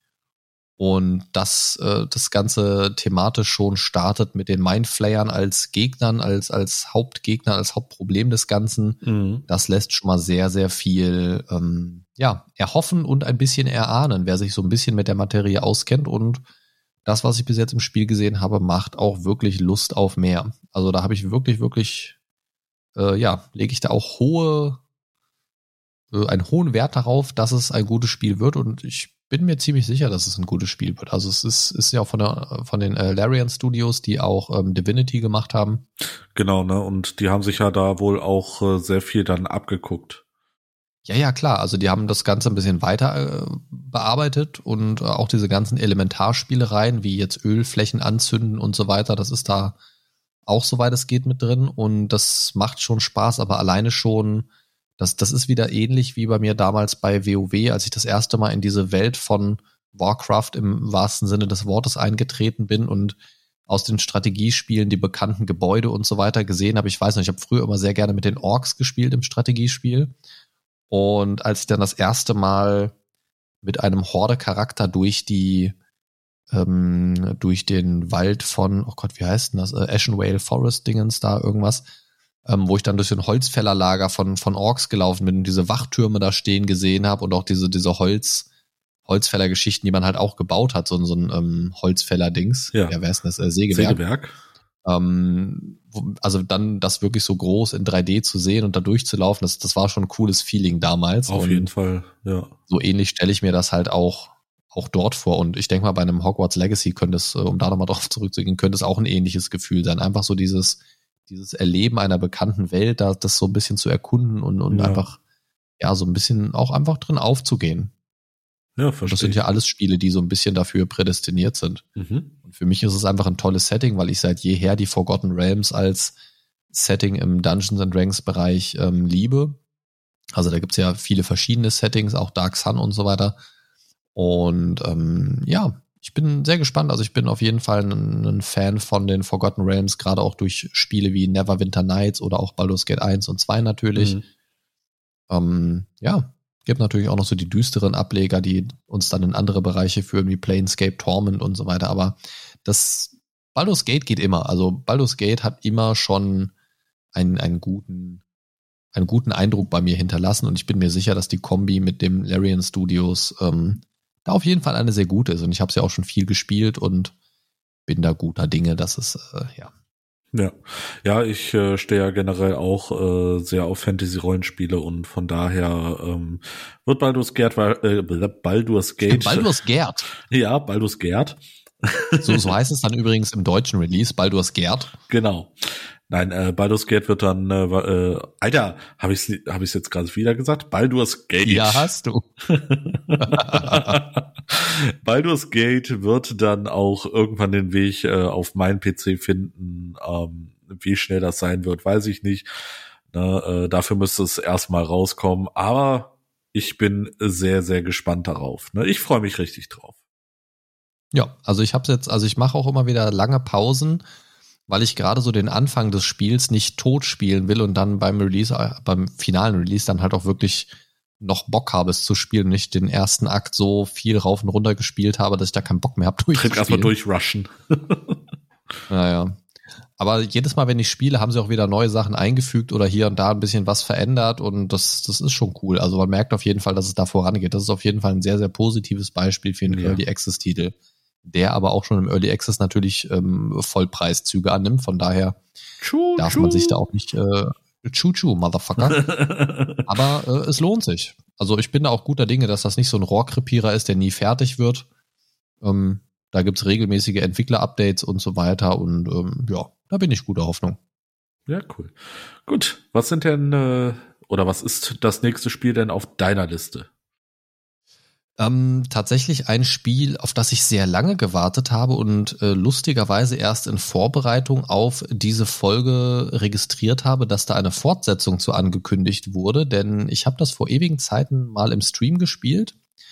Und das Ganze thematisch schon startet mit den Mindflayern als Gegnern, als Hauptgegner, als Hauptproblem des Ganzen. Mhm. Das lässt schon mal sehr, sehr viel erhoffen und ein bisschen erahnen, wer sich so ein bisschen mit der Materie auskennt. Und das, was ich bis jetzt im Spiel gesehen habe, macht auch wirklich Lust auf mehr. Also da habe ich wirklich lege ich da auch einen hohen Wert darauf, dass es ein gutes Spiel wird, und ich bin mir ziemlich sicher, dass es ein gutes Spiel wird. Also es ist ja auch von den Larian Studios, die auch Divinity gemacht haben.
Genau, ne? Und die haben sich ja da wohl auch sehr viel dann abgeguckt.
Ja, klar. Also die haben das Ganze ein bisschen weiter bearbeitet und auch diese ganzen Elementarspielereien, wie jetzt Ölflächen anzünden und so weiter, das ist da auch, soweit es geht, mit drin, und das macht schon Spaß, aber alleine schon, das ist wieder ähnlich wie bei mir damals bei WoW, als ich das erste Mal in diese Welt von Warcraft im wahrsten Sinne des Wortes eingetreten bin und aus den Strategiespielen die bekannten Gebäude und so weiter gesehen habe. Ich weiß noch, ich habe früher immer sehr gerne mit den Orks gespielt im Strategiespiel, und als ich dann das erste Mal mit einem Horde-Charakter durch den Wald von, oh Gott, wie heißt denn das? Ashenvale Forest Dingens da, irgendwas, wo ich dann durch den Holzfällerlager von Orks gelaufen bin und diese Wachtürme da stehen gesehen habe und auch diese Holzfällergeschichten, die man halt auch gebaut hat, so ein Holzfäller-Dings. Ja, wer ist denn das? Sägewerk. Also dann das wirklich so groß in 3D zu sehen und da durchzulaufen, das war schon ein cooles Feeling damals.
Auf jeden Fall, ja.
So ähnlich stelle ich mir das halt auch dort vor, und ich denke mal, bei einem Hogwarts Legacy könnte es, um da nochmal drauf zurückzugehen, könnte es auch ein ähnliches Gefühl sein. Einfach so dieses Erleben einer bekannten Welt, das so ein bisschen zu erkunden und einfach, so ein bisschen auch einfach drin aufzugehen.
Ja, verstehe.
Das sind ja alles Spiele, die so ein bisschen dafür prädestiniert sind. Mhm. Und für mich ist es einfach ein tolles Setting, weil ich seit jeher die Forgotten Realms als Setting im Dungeons & Dragons Bereich liebe. Also da gibt's ja viele verschiedene Settings, auch Dark Sun und so weiter. Und ich bin sehr gespannt. Also ich bin auf jeden Fall ein Fan von den Forgotten Realms, gerade auch durch Spiele wie Neverwinter Nights oder auch Baldur's Gate 1 und 2 natürlich. Mhm. Gibt natürlich auch noch so die düsteren Ableger, die uns dann in andere Bereiche führen, wie Planescape Torment und so weiter. Aber das Baldur's Gate geht immer. Also Baldur's Gate hat immer schon einen guten Eindruck bei mir hinterlassen, und ich bin mir sicher, dass die Kombi mit dem Larian Studios da auf jeden Fall eine sehr gute ist, und ich habe es ja auch schon viel gespielt und bin da guter Dinge, dass es
Ja, ja, ich stehe ja generell auch sehr auf Fantasy-Rollenspiele und von daher wird Baldur's Gate
Baldur's Gate.
Ja, Baldur's Gate.
So heißt es dann übrigens im deutschen Release, Baldur's Gate.
Genau. Nein, Baldur's Gate wird dann, Alter, habe ich's jetzt gerade wieder gesagt? Baldur's Gate.
Ja, hast du.
Baldur's Gate wird dann auch irgendwann den Weg auf meinen PC finden. Wie schnell das sein wird, weiß ich nicht. Dafür müsste es erstmal rauskommen. Aber ich bin sehr, sehr gespannt darauf. Ich freue mich richtig drauf.
Ja, also ich mache auch immer wieder lange Pausen, weil ich gerade so den Anfang des Spiels nicht tot spielen will und dann beim finalen Release dann halt auch wirklich noch Bock habe, es zu spielen, nicht den ersten Akt so viel rauf und runter gespielt habe, dass ich da keinen Bock mehr habe durchzuspielen.
Erstmal durchrushen.
Naja. Aber jedes Mal, wenn ich spiele, haben sie auch wieder neue Sachen eingefügt oder hier und da ein bisschen was verändert und das ist schon cool. Also man merkt auf jeden Fall, dass es da vorangeht. Das ist auf jeden Fall ein sehr, sehr positives Beispiel für einen Early Access Titel, der aber auch schon im Early Access natürlich Vollpreiszüge annimmt. Von daher darf man sich da auch nicht Motherfucker. Aber es lohnt sich. Also ich bin da auch guter Dinge, dass das nicht so ein Rohrkrepierer ist, der nie fertig wird. Da gibt's regelmäßige Entwickler-Updates und so weiter und ja, da bin ich guter Hoffnung.
Ja, cool. Gut, was sind denn oder was ist das nächste Spiel denn auf deiner Liste?
Tatsächlich ein Spiel, auf das ich sehr lange gewartet habe und lustigerweise erst in Vorbereitung auf diese Folge registriert habe, dass da eine Fortsetzung zu angekündigt wurde, denn ich habe das vor ewigen Zeiten mal im Stream gespielt.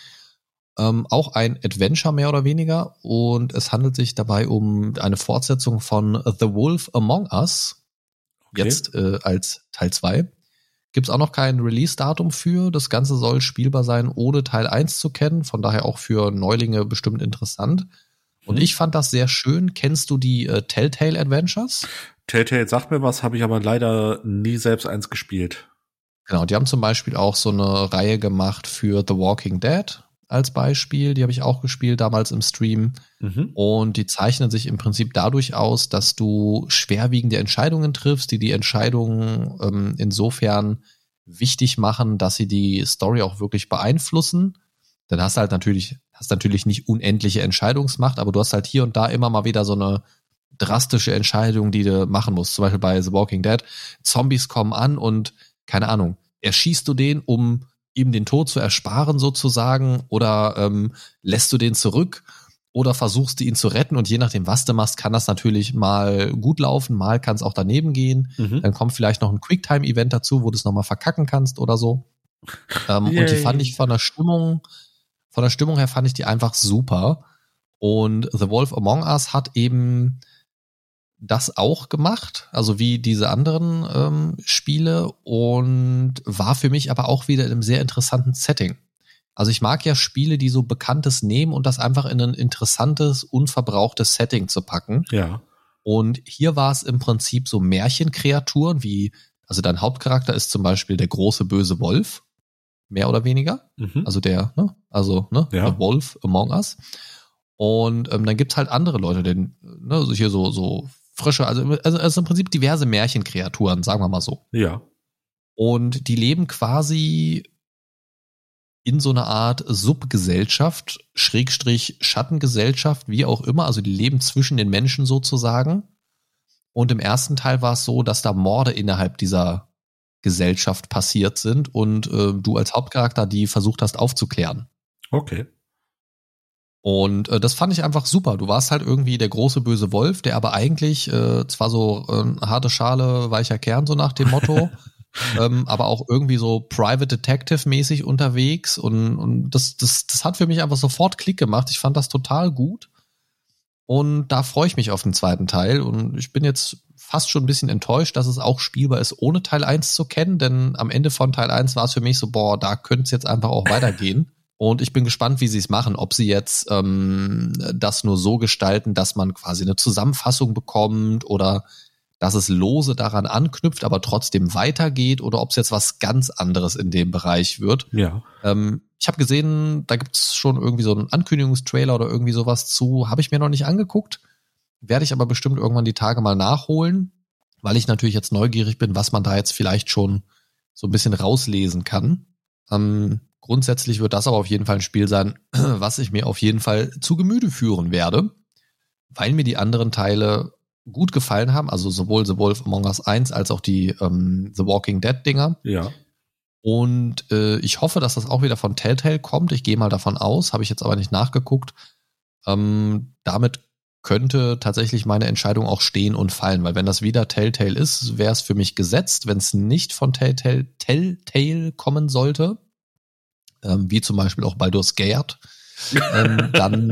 Auch ein Adventure mehr oder weniger und es handelt sich dabei um eine Fortsetzung von The Wolf Among Us, jetzt als Teil 2. Gibt's auch noch kein Release-Datum für. Das Ganze soll spielbar sein, ohne Teil 1 zu kennen, von daher auch für Neulinge bestimmt interessant. Und ich fand das sehr schön. Kennst du die Telltale Adventures?
Telltale sagt mir was, habe ich aber leider nie selbst eins gespielt.
Genau, die haben zum Beispiel auch so eine Reihe gemacht für The Walking Dead als Beispiel. Die habe ich auch gespielt damals im Stream. Und die zeichnen sich im Prinzip dadurch aus, dass du schwerwiegende Entscheidungen triffst, die Entscheidungen insofern wichtig machen, dass sie die Story auch wirklich beeinflussen. Dann hast du halt natürlich nicht unendliche Entscheidungsmacht, aber du hast halt hier und da immer mal wieder so eine drastische Entscheidung, die du machen musst. Zum Beispiel bei The Walking Dead. Zombies kommen an und, keine Ahnung, erschießt du den, um ihm den Tod zu ersparen sozusagen, oder lässt du den zurück oder versuchst du ihn zu retten, und je nachdem, was du machst, kann das natürlich mal gut laufen, mal kann es auch daneben gehen. Dann kommt vielleicht noch ein Quicktime-Event dazu, wo du es nochmal verkacken kannst oder so. Und die fand ich von der Stimmung her fand ich die einfach super. Und The Wolf Among Us hat eben das auch gemacht, also wie diese anderen Spiele, und war für mich aber auch wieder in einem sehr interessanten Setting. Also ich mag ja Spiele, die so Bekanntes nehmen und das einfach in ein interessantes, unverbrauchtes Setting zu packen.
Ja.
Und hier war es im Prinzip so Märchenkreaturen also dein Hauptcharakter ist zum Beispiel der große böse Wolf, mehr oder weniger. Also The Wolf Among Us. Und dann gibt's halt andere Leute, also hier so Frösche, also im Prinzip diverse Märchenkreaturen, sagen wir mal so.
Ja.
Und die leben quasi in so einer Art Subgesellschaft, Schrägstrich Schattengesellschaft, wie auch immer. Also die leben zwischen den Menschen sozusagen. Und im ersten Teil war es so, dass da Morde innerhalb dieser Gesellschaft passiert sind und du als Hauptcharakter die versucht hast aufzuklären.
Okay.
Und das fand ich einfach super. Du warst halt irgendwie der große böse Wolf, der aber eigentlich zwar so harte Schale, weicher Kern, so nach dem Motto, aber auch irgendwie so Private Detective-mäßig unterwegs. Und das hat für mich einfach sofort Klick gemacht. Ich fand das total gut. Und da freue ich mich auf den zweiten Teil. Und ich bin jetzt fast schon ein bisschen enttäuscht, dass es auch spielbar ist, ohne Teil 1 zu kennen. Denn am Ende von Teil 1 war es für mich so, da könnte es jetzt einfach auch weitergehen. Und ich bin gespannt, wie sie es machen. Ob sie jetzt das nur so gestalten, dass man quasi eine Zusammenfassung bekommt, oder dass es lose daran anknüpft, aber trotzdem weitergeht, oder ob es jetzt was ganz anderes in dem Bereich wird.
Ja.
Ich habe gesehen, da gibt's schon irgendwie so einen Ankündigungstrailer oder irgendwie sowas zu. Habe ich mir noch nicht angeguckt, werde ich aber bestimmt irgendwann die Tage mal nachholen, weil ich natürlich jetzt neugierig bin, was man da jetzt vielleicht schon so ein bisschen rauslesen kann. Grundsätzlich wird das aber auf jeden Fall ein Spiel sein, was ich mir auf jeden Fall zu Gemüte führen werde, weil mir die anderen Teile gut gefallen haben, also sowohl The Wolf Among Us 1 als auch die The Walking Dead Dinger.
Ja.
Und ich hoffe, dass das auch wieder von Telltale kommt. Ich gehe mal davon aus, habe ich jetzt aber nicht nachgeguckt. Damit könnte tatsächlich meine Entscheidung auch stehen und fallen, weil wenn das wieder Telltale ist, wäre es für mich gesetzt. Wenn es nicht von Telltale kommen sollte, wie zum Beispiel auch Baldur's Gate, dann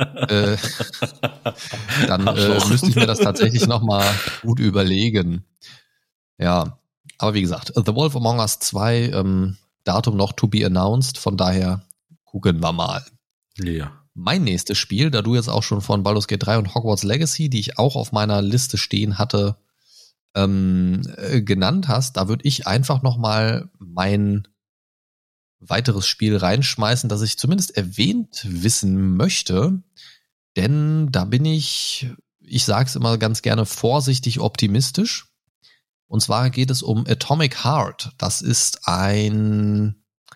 müsste ich mir das tatsächlich nochmal gut überlegen. Ja, aber wie gesagt, The Wolf Among Us 2, Datum noch to be announced, von daher gucken wir mal.
Ja.
Mein nächstes Spiel, da du jetzt auch schon von Baldur's Gate 3 und Hogwarts Legacy, die ich auch auf meiner Liste stehen hatte, genannt hast, da würde ich einfach nochmal mein weiteres Spiel reinschmeißen, das ich zumindest erwähnt wissen möchte, denn da bin ich sag's immer ganz gerne, vorsichtig optimistisch. Und zwar geht es um Atomic Heart. Das ist ein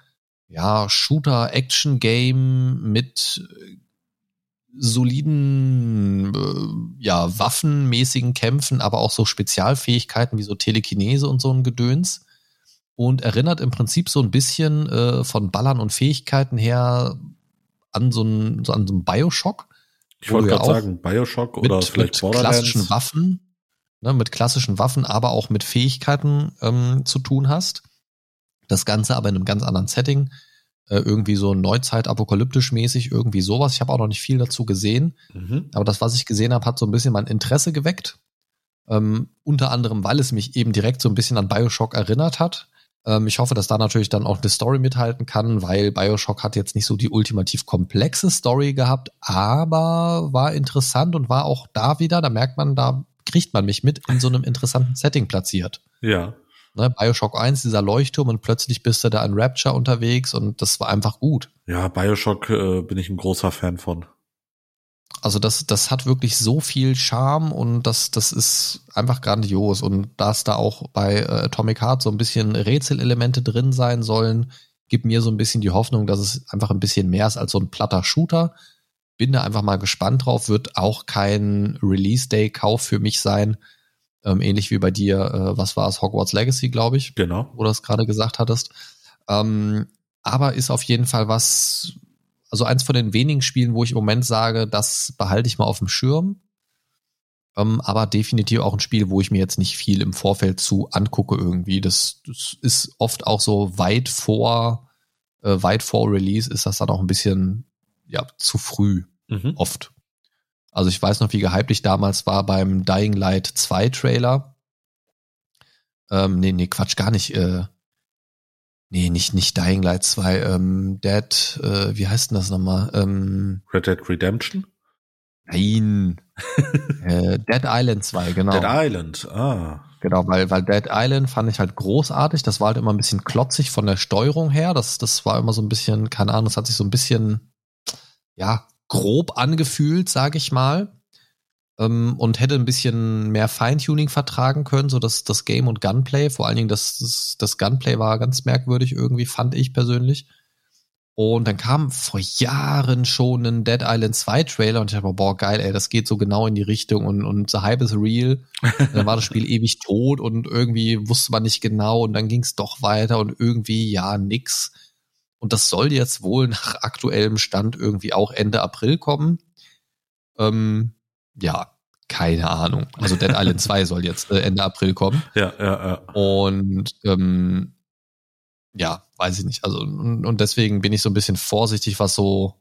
Shooter-Action-Game mit soliden, waffenmäßigen Kämpfen, aber auch so Spezialfähigkeiten wie so Telekinese und so ein Gedöns. Und erinnert im Prinzip so ein bisschen von Ballern und Fähigkeiten her an so einen Bioshock.
Ich wollte gerade sagen, Bioshock oder vielleicht Borderlands.
Klassischen Waffen, mit klassischen Waffen, aber auch mit Fähigkeiten zu tun hast. Das Ganze aber in einem ganz anderen Setting. Irgendwie so Neuzeit-apokalyptisch mäßig, irgendwie sowas. Ich habe auch noch nicht viel dazu gesehen. Aber das, was ich gesehen habe, hat so ein bisschen mein Interesse geweckt. Unter anderem, weil es mich eben direkt so ein bisschen an Bioshock erinnert hat. Ich hoffe, dass da natürlich dann auch eine Story mithalten kann, weil Bioshock hat jetzt nicht so die ultimativ komplexe Story gehabt, aber war interessant und war auch da wieder, da merkt man, da kriegt man mich mit in so einem interessanten Setting platziert.
Ja.
Bioshock 1, dieser Leuchtturm und plötzlich bist du da in Rapture unterwegs und das war einfach gut.
Ja, Bioshock bin ich ein großer Fan von.
Also das hat wirklich so viel Charme und das ist einfach grandios. Und dass da auch bei Atomic Heart so ein bisschen Rätselelemente drin sein sollen, gibt mir so ein bisschen die Hoffnung, dass es einfach ein bisschen mehr ist als so ein platter Shooter. Bin da einfach mal gespannt drauf, wird auch kein Release-Day-Kauf für mich sein. Ähnlich wie bei dir, was war es, Hogwarts Legacy, glaube ich.
Genau.
Wo du das gerade gesagt hattest. Aber ist auf jeden Fall was... Also eins von den wenigen Spielen, wo ich im Moment sage, das behalte ich mal auf dem Schirm. Aber definitiv auch ein Spiel, wo ich mir jetzt nicht viel im Vorfeld zu angucke irgendwie. Das ist oft auch so weit vor Release ist das dann auch ein bisschen zu früh. Oft. Also ich weiß noch, wie gehypt ich damals war beim Dying Light 2 Trailer. Quatsch, gar nicht. Nicht Dying Light 2, Dead, wie heißt denn das nochmal?
Red Dead Redemption?
Nein. Dead Island 2, genau.
Dead Island,
Genau, weil Dead Island fand ich halt großartig. Das war halt immer ein bisschen klotzig von der Steuerung her. Das war immer so ein bisschen, keine Ahnung, das hat sich so ein bisschen, grob angefühlt, sage ich mal. Und hätte ein bisschen mehr Feintuning vertragen können, so dass das Game und Gunplay, vor allen Dingen das Gunplay war ganz merkwürdig irgendwie, fand ich persönlich. Und dann kam vor Jahren schon ein Dead Island 2 Trailer und ich dachte, boah, geil, ey, das geht so genau in die Richtung und the hype is real. Und dann war das Spiel ewig tot und irgendwie wusste man nicht genau und dann ging es doch weiter und irgendwie, nix. Und das soll jetzt wohl nach aktuellem Stand irgendwie auch Ende April kommen. Keine Ahnung. Also Dead Island 2 soll jetzt Ende April kommen.
Ja.
Und weiß ich nicht. Also und deswegen bin ich so ein bisschen vorsichtig, was so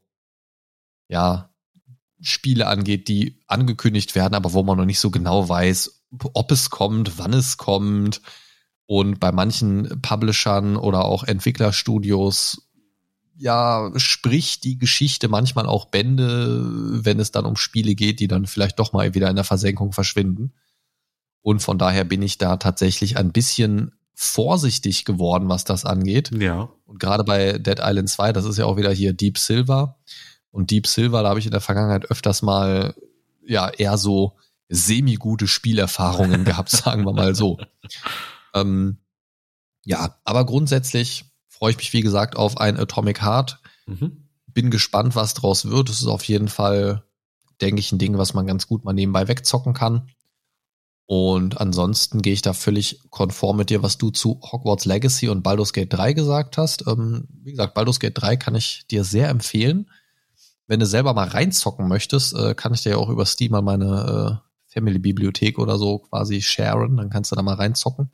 Spiele angeht, die angekündigt werden, aber wo man noch nicht so genau weiß, ob es kommt, wann es kommt. Und bei manchen Publishern oder auch Entwicklerstudios spricht die Geschichte manchmal auch Bände, wenn es dann um Spiele geht, die dann vielleicht doch mal wieder in der Versenkung verschwinden. Und von daher bin ich da tatsächlich ein bisschen vorsichtig geworden, was das angeht.
Ja.
Und gerade bei Dead Island 2, das ist ja auch wieder hier Deep Silver. Und Deep Silver, da habe ich in der Vergangenheit öfters mal eher so semi-gute Spielerfahrungen gehabt, sagen wir mal so. Ja, aber grundsätzlich freue ich mich, wie gesagt, auf ein Atomic Heart. Bin gespannt, was draus wird. Es ist auf jeden Fall, denke ich, ein Ding, was man ganz gut mal nebenbei wegzocken kann. Und ansonsten gehe ich da völlig konform mit dir, was du zu Hogwarts Legacy und Baldur's Gate 3 gesagt hast. Wie gesagt, Baldur's Gate 3 kann ich dir sehr empfehlen. Wenn du selber mal reinzocken möchtest, kann ich dir ja auch über Steam mal meine Family-Bibliothek oder so quasi sharen. Dann kannst du da mal reinzocken.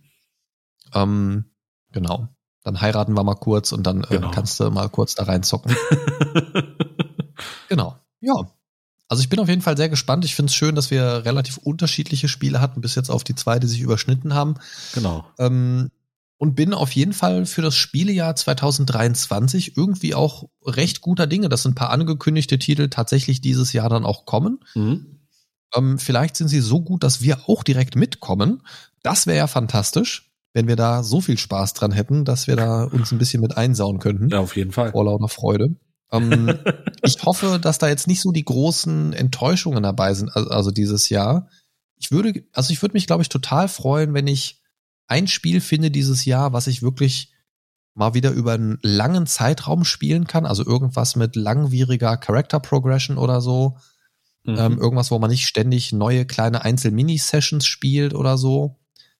Genau. Dann heiraten wir mal kurz und dann kannst du mal kurz da reinzocken. Genau. Ja. Also ich bin auf jeden Fall sehr gespannt. Ich finde es schön, dass wir relativ unterschiedliche Spiele hatten, bis jetzt auf die 2, die sich überschnitten haben.
Genau.
Und bin auf jeden Fall für das Spielejahr 2023 irgendwie auch recht guter Dinge, dass ein paar angekündigte Titel tatsächlich dieses Jahr dann auch kommen. Vielleicht sind sie so gut, dass wir auch direkt mitkommen. Das wäre ja fantastisch, wenn wir da so viel Spaß dran hätten, dass wir da uns ein bisschen mit einsauen könnten.
Ja, auf jeden Fall.
Vor lauter Freude. Ich hoffe, dass da jetzt nicht so die großen Enttäuschungen dabei sind, also dieses Jahr. Ich würde mich, glaube ich, total freuen, wenn ich ein Spiel finde dieses Jahr, was ich wirklich mal wieder über einen langen Zeitraum spielen kann. Also irgendwas mit langwieriger Character Progression oder so. Irgendwas, wo man nicht ständig neue kleine Einzel-Mini-Sessions spielt oder so.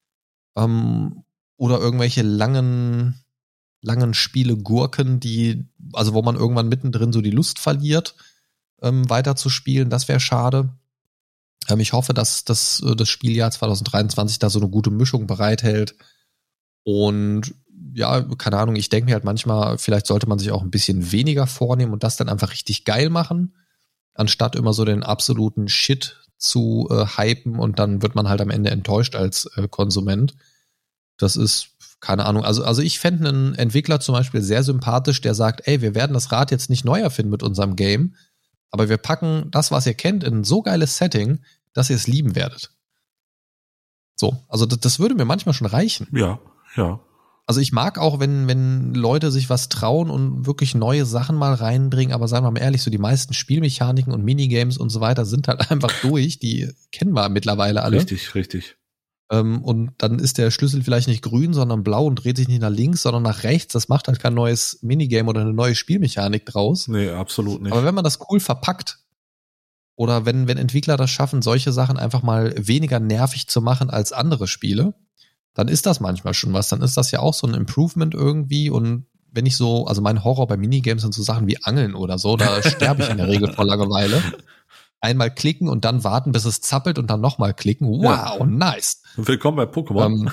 Oder irgendwelche langen Spiele Gurken, wo man irgendwann mittendrin so die Lust verliert, weiter zu spielen. Das wäre schade. Ich hoffe, dass das Spieljahr 2023 da so eine gute Mischung bereithält. Und ja, keine Ahnung, ich denke mir halt manchmal, vielleicht sollte man sich auch ein bisschen weniger vornehmen und das dann einfach richtig geil machen, anstatt immer so den absoluten Shit zu hypen und dann wird man halt am Ende enttäuscht als Konsument. Das ist keine Ahnung, also ich fände einen Entwickler zum Beispiel sehr sympathisch, der sagt, ey, wir werden das Rad jetzt nicht neu erfinden mit unserem Game, aber wir packen das, was ihr kennt, in ein so geiles Setting, dass ihr es lieben werdet. So, also das würde mir manchmal schon reichen.
Ja.
Also ich mag auch, wenn Leute sich was trauen und wirklich neue Sachen mal reinbringen, aber sagen wir mal ehrlich, so die meisten Spielmechaniken und Minigames und so weiter sind halt einfach durch, die kennen wir mittlerweile alle.
Richtig.
Und dann ist der Schlüssel vielleicht nicht grün, sondern blau und dreht sich nicht nach links, sondern nach rechts. Das macht halt kein neues Minigame oder eine neue Spielmechanik draus.
Nee, absolut nicht.
Aber wenn man das cool verpackt oder wenn Entwickler das schaffen, solche Sachen einfach mal weniger nervig zu machen als andere Spiele, dann ist das manchmal schon was. Dann ist das ja auch so ein Improvement irgendwie. Und wenn ich so, also mein Horror bei Minigames sind so Sachen wie Angeln oder so, da sterbe ich in der Regel vor Langeweile. Einmal klicken und dann warten, bis es zappelt und dann nochmal klicken. Wow, nice.
Willkommen bei Pokémon.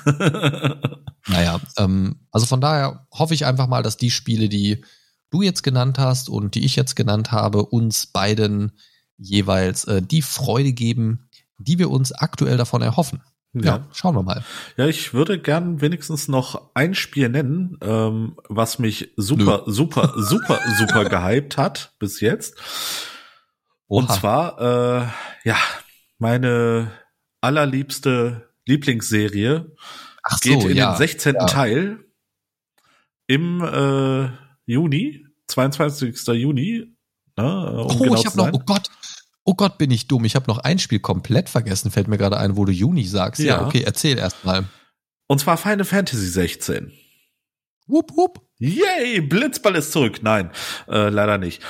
Also von daher hoffe ich einfach mal, dass die Spiele, die du jetzt genannt hast und die ich jetzt genannt habe, uns beiden jeweils die Freude geben, die wir uns aktuell davon erhoffen. Ja, schauen wir mal.
Ja, ich würde gern wenigstens noch ein Spiel nennen, was mich super gehypt hat bis jetzt.
Oha.
Und zwar, meine allerliebste Lieblingsserie geht in den 16. Teil im Juni, 22. Juni. Ne,
Oh Gott, bin ich dumm. Ich habe noch ein Spiel komplett vergessen, fällt mir gerade ein, wo du Juni sagst. Ja, okay, erzähl erst mal.
Und zwar Final Fantasy 16.
Wupp, wupp.
Yay, Blitzball ist zurück. Nein, leider nicht.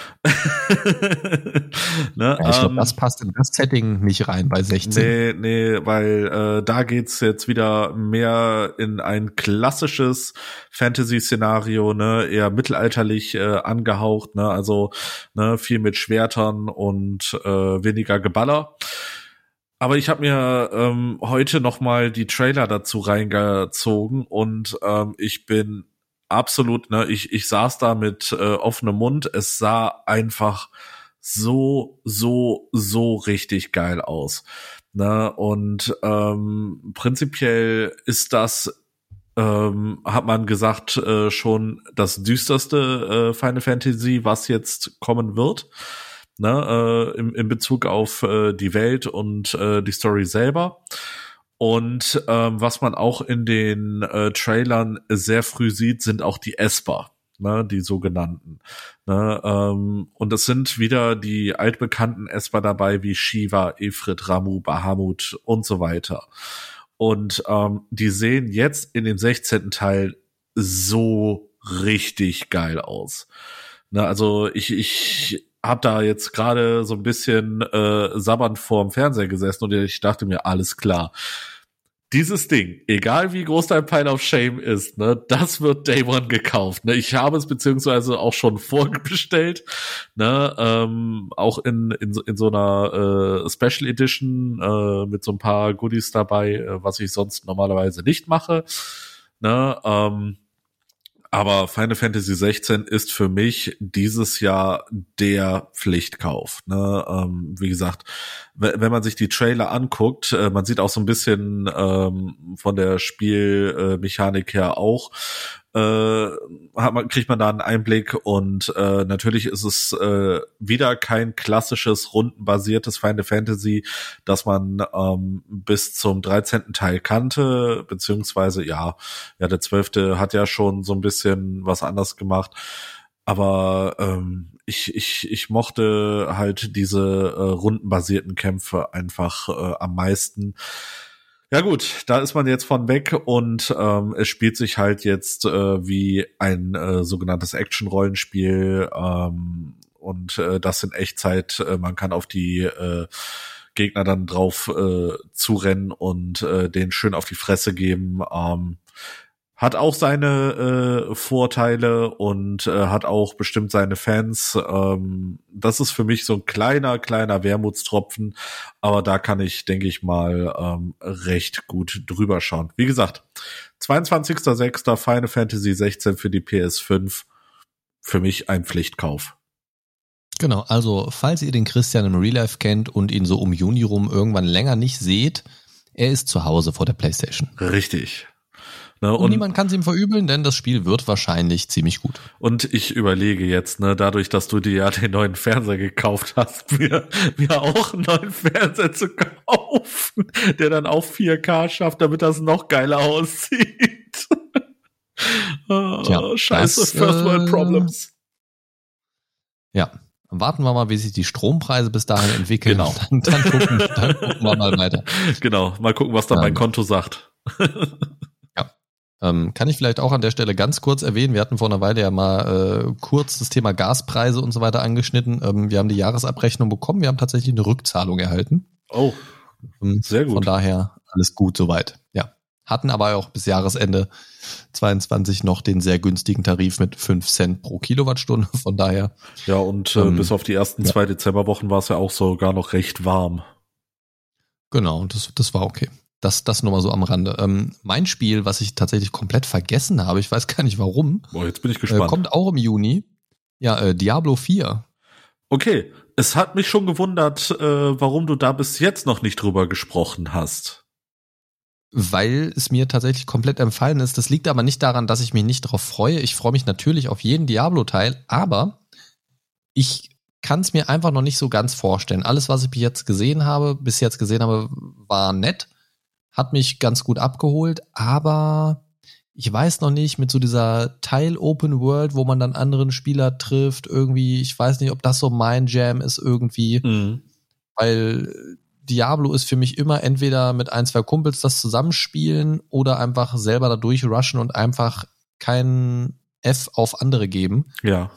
Ne, ich glaube, das passt in das Setting nicht rein bei 16.
Nee, weil da geht's jetzt wieder mehr in ein klassisches Fantasy-Szenario, ne, eher mittelalterlich angehaucht, ne, also ne, viel mit Schwertern und weniger Geballer. Aber ich habe mir heute noch mal die Trailer dazu reingezogen und ich bin absolut, ne, ich saß da mit offenem Mund. Es sah einfach so richtig geil aus. Ne? Und prinzipiell ist das, hat man gesagt, schon das düsterste Final Fantasy, was jetzt kommen wird. Ne? In Bezug auf die Welt und die Story selber. Und was man auch in den Trailern sehr früh sieht, sind auch die Esper. ne, die sogenannten. Ne, und es sind wieder die altbekannten Esper dabei wie Shiva, Ifrit, Ramuh, Bahamut und so weiter. Und die sehen jetzt in dem 16. Teil so richtig geil aus. Ne, also ich habe da jetzt gerade so ein bisschen sabbernd vorm Fernseher gesessen und ich dachte mir, alles klar. Dieses Ding, egal wie groß dein Pile of Shame ist, ne, das wird Day One gekauft. Ne, ich habe es beziehungsweise auch schon vorbestellt, ne, auch in so einer Special Edition mit so ein paar Goodies dabei, was ich sonst normalerweise nicht mache. Ne, aber Final Fantasy 16 ist für mich dieses Jahr der Pflichtkauf. Ne? Wie gesagt, wenn man sich die Trailer anguckt, man sieht auch so ein bisschen von der Spielmechanik her auch, kriegt man da einen Einblick und natürlich ist es wieder kein klassisches rundenbasiertes Final Fantasy, das man bis zum 13. Teil kannte, beziehungsweise ja, der 12. hat ja schon so ein bisschen was anders gemacht, aber ich mochte halt diese rundenbasierten Kämpfe einfach am meisten. Ja gut, da ist man jetzt von weg und es spielt sich halt jetzt wie ein sogenanntes Action-Rollenspiel und das in Echtzeit. Man kann auf die Gegner dann drauf zurennen und denen schön auf die Fresse geben. Hat auch seine Vorteile und hat auch bestimmt seine Fans. Das ist für mich so ein kleiner Wermutstropfen, aber da kann ich, denke ich mal, recht gut drüber schauen. Wie gesagt, 22.06. Final Fantasy 16 für die PS5. Für mich ein Pflichtkauf.
Genau, also falls ihr den Christian im Real Life kennt und ihn so um Juni rum irgendwann länger nicht seht, er ist zu Hause vor der PlayStation.
Richtig. Ne,
und niemand kann es ihm verübeln, denn das Spiel wird wahrscheinlich ziemlich gut.
Und ich überlege jetzt, ne, dadurch, dass du dir ja den neuen Fernseher gekauft hast, mir auch einen neuen Fernseher zu kaufen, der dann auch 4K schafft, damit das noch geiler aussieht.
Tja,
scheiße, First World Problems.
Ja, warten wir mal, wie sich die Strompreise bis dahin entwickeln.
Genau.
Dann gucken wir mal weiter.
Genau, mal gucken, was dann mein Konto sagt.
Kann ich vielleicht auch an der Stelle ganz kurz erwähnen, wir hatten vor einer Weile ja mal kurz das Thema Gaspreise und so weiter angeschnitten. Wir haben die Jahresabrechnung bekommen, wir haben tatsächlich eine Rückzahlung erhalten.
Oh, sehr gut.
Von daher alles gut soweit. Ja, hatten aber auch bis Jahresende 22 noch den sehr günstigen Tarif mit 5 Cent pro Kilowattstunde, von daher.
Ja, und bis auf die ersten 2 Dezemberwochen war es ja auch sogar noch recht warm.
Genau, das war okay. Das nur mal so am Rande. Mein Spiel, was ich tatsächlich komplett vergessen habe, ich weiß gar nicht warum.
Boah, jetzt bin ich gespannt.
Kommt auch im Juni. Ja, Diablo 4.
Okay, es hat mich schon gewundert, warum du da bis jetzt noch nicht drüber gesprochen hast.
Weil es mir tatsächlich komplett entfallen ist. Das liegt aber nicht daran, dass ich mich nicht drauf freue. Ich freue mich natürlich auf jeden Diablo-Teil, aber ich kann es mir einfach noch nicht so ganz vorstellen. Alles, was ich bis jetzt gesehen habe, war nett. Hat mich ganz gut abgeholt, aber ich weiß noch nicht, mit so dieser Teil-Open World, wo man dann anderen Spieler trifft, irgendwie, ich weiß nicht, ob das so mein Jam ist irgendwie, weil Diablo ist für mich immer entweder mit 1, 2 Kumpels das zusammenspielen oder einfach selber da durchrushen und einfach keinen F auf andere geben.
Ja.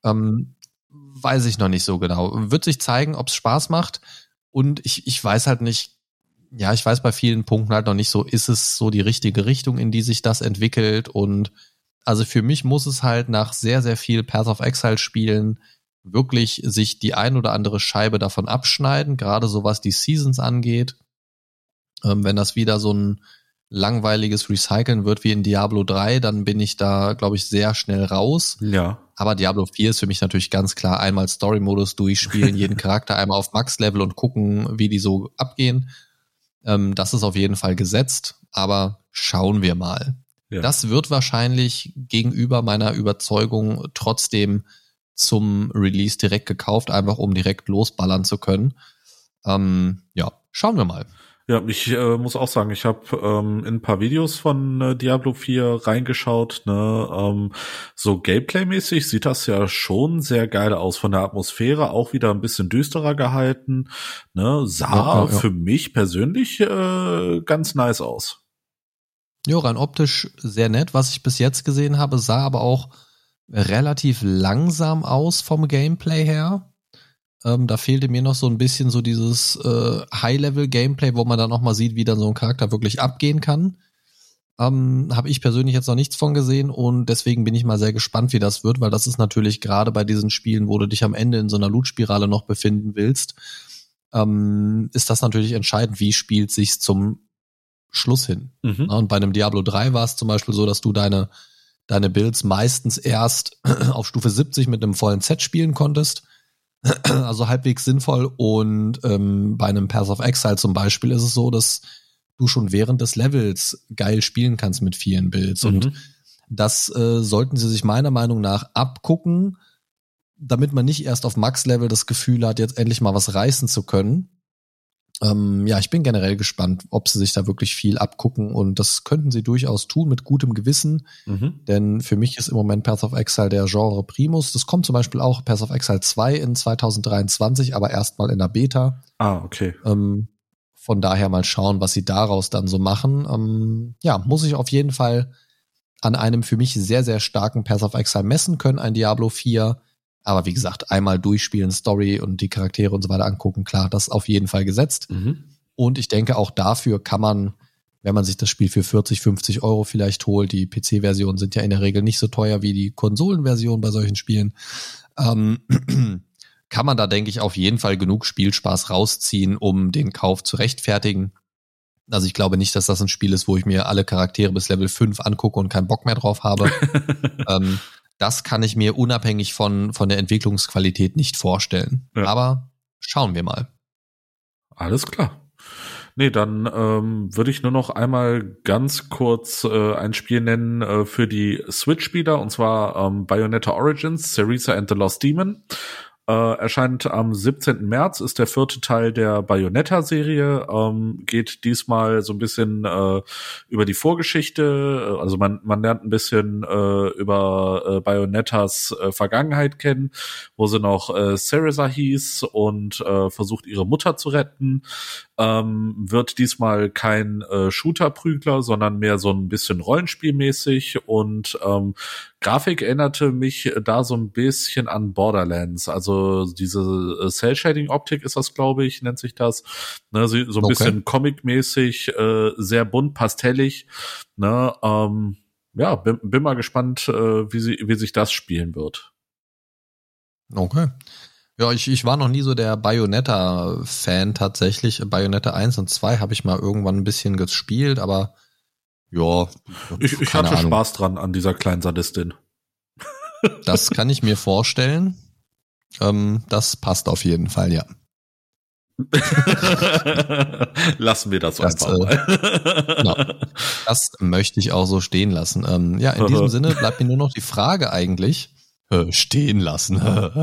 Weiß ich noch nicht so genau. Wird sich zeigen, ob es Spaß macht und ich weiß halt nicht, ja, ich weiß bei vielen Punkten halt noch nicht so, ist es so die richtige Richtung, in die sich das entwickelt und also für mich muss es halt nach sehr, sehr viel Path of Exile spielen wirklich sich die ein oder andere Scheibe davon abschneiden, gerade so was die Seasons angeht. Wenn das wieder so ein langweiliges Recyceln wird wie in Diablo 3, dann bin ich da, glaube ich, sehr schnell raus.
Ja.
Aber Diablo 4 ist für mich natürlich ganz klar einmal Story-Modus durchspielen, jeden Charakter einmal auf Max-Level und gucken, wie die so abgehen. Das ist auf jeden Fall gesetzt, aber schauen wir mal. Ja. Das wird wahrscheinlich gegenüber meiner Überzeugung trotzdem zum Release direkt gekauft, einfach um direkt losballern zu können. Ja, schauen wir mal.
Ja, ich muss auch sagen, ich habe in ein paar Videos von Diablo 4 reingeschaut. Ne? So Gameplay-mäßig sieht das ja schon sehr geil aus. Von der Atmosphäre auch wieder ein bisschen düsterer gehalten. Ne? Sah für mich persönlich ganz nice aus.
Ja, rein optisch sehr nett. Was ich bis jetzt gesehen habe, sah aber auch relativ langsam aus vom Gameplay her. Da fehlte mir noch so ein bisschen so dieses High-Level-Gameplay, wo man dann auch mal sieht, wie dann so ein Charakter wirklich abgehen kann. Habe ich persönlich jetzt noch nichts von gesehen und deswegen bin ich mal sehr gespannt, wie das wird, weil das ist natürlich gerade bei diesen Spielen, wo du dich am Ende in so einer Loot-Spirale noch befinden willst, ist das natürlich entscheidend, wie spielt sich's zum Schluss hin. Mhm. Und bei einem Diablo 3 war es zum Beispiel so, dass du deine Builds meistens erst auf Stufe 70 mit einem vollen Set spielen konntest. Also halbwegs sinnvoll und bei einem Path of Exile zum Beispiel ist es so, dass du schon während des Levels geil spielen kannst mit vielen Builds und das sollten sie sich meiner Meinung nach abgucken, damit man nicht erst auf Max-Level das Gefühl hat, jetzt endlich mal was reißen zu können. Ja, ich bin generell gespannt, ob sie sich da wirklich viel abgucken und das könnten sie durchaus tun mit gutem Gewissen, denn für mich ist im Moment Path of Exile der Genre Primus. Das kommt zum Beispiel auch Path of Exile 2 in 2023, aber erstmal in der Beta.
Ah, okay.
Von daher mal schauen, was sie daraus dann so machen. Ja, muss ich auf jeden Fall an einem für mich sehr, sehr starken Path of Exile messen können, ein Diablo 4. Aber wie gesagt, einmal durchspielen, Story und die Charaktere und so weiter angucken, klar, das ist auf jeden Fall gesetzt. Und ich denke, auch dafür kann man, wenn man sich das Spiel für 40, 50 Euro vielleicht holt, die PC-Versionen sind ja in der Regel nicht so teuer wie die Konsolenversion bei solchen Spielen, kann man da, denke ich, auf jeden Fall genug Spielspaß rausziehen, um den Kauf zu rechtfertigen. Also ich glaube nicht, dass das ein Spiel ist, wo ich mir alle Charaktere bis Level 5 angucke und keinen Bock mehr drauf habe. Das kann ich mir unabhängig von der Entwicklungsqualität nicht vorstellen. Ja. Aber schauen wir mal.
Alles klar. Nee, dann würde ich nur noch einmal ganz kurz ein Spiel nennen für die Switch-Spieler, und zwar Bayonetta Origins, Cereza and the Lost Demon. Erscheint am 17. März, ist der 4. Teil der Bayonetta-Serie, geht diesmal so ein bisschen über die Vorgeschichte, also man lernt ein bisschen über Bayonettas Vergangenheit kennen, wo sie noch Cereza hieß und versucht ihre Mutter zu retten. Wird diesmal kein Shooter-Prügler, sondern mehr so ein bisschen rollenspielmäßig und Grafik erinnerte mich da so ein bisschen an Borderlands, also diese Cell-Shading-Optik ist das, glaube ich, nennt sich das, ne, so ein bisschen Comic-mäßig, sehr bunt, pastellig, ne, ja, bin mal gespannt, wie sich das spielen wird.
Okay. Ja, ich war noch nie so der Bayonetta-Fan tatsächlich. Bayonetta 1 und 2 habe ich mal irgendwann ein bisschen gespielt, aber ja.
Ich hatte Ahnung. Spaß dran an dieser kleinen Sadistin.
Das kann ich mir vorstellen. Das passt auf jeden Fall, ja.
Lassen wir das einfach mal.
Genau. Das möchte ich auch so stehen lassen. Ja, in diesem Sinne bleibt mir nur noch die Frage eigentlich, stehen lassen.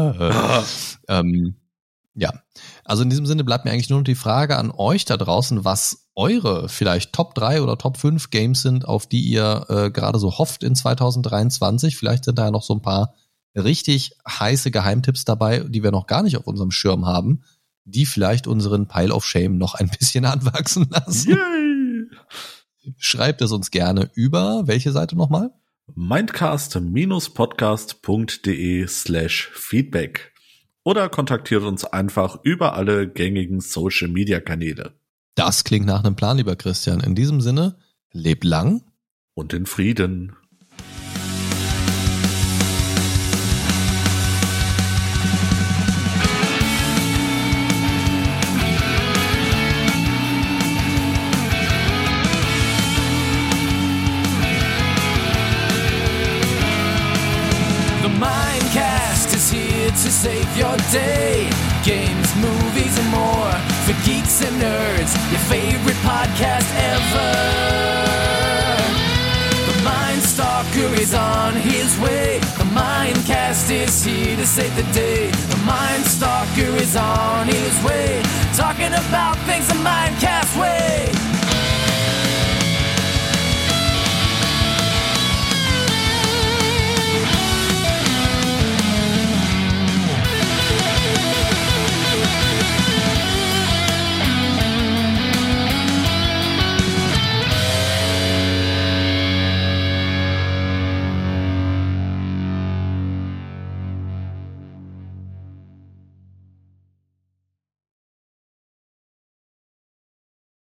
Ja, also in diesem Sinne bleibt mir eigentlich nur noch die Frage an euch da draußen, was eure vielleicht Top 3 oder Top 5 Games sind, auf die ihr gerade so hofft in 2023. Vielleicht sind da ja noch so ein paar richtig heiße Geheimtipps dabei, die wir noch gar nicht auf unserem Schirm haben, die vielleicht unseren Pile of Shame noch ein bisschen anwachsen lassen. Yay! Schreibt es uns gerne über welche Seite nochmal?
mindcast-podcast.de/feedback oder kontaktiert uns einfach über alle gängigen Social-Media-Kanäle.
Das klingt nach einem Plan, lieber Christian. In diesem Sinne, lebt lang
und in Frieden.
To save your day, games, movies, and more for geeks and nerds. Your favorite podcast ever, the Mindstalk
Mindstalker is on his way. The Mindcast is here to save the day. The Mindstalker is on his way. Talking about things the Mindcast way.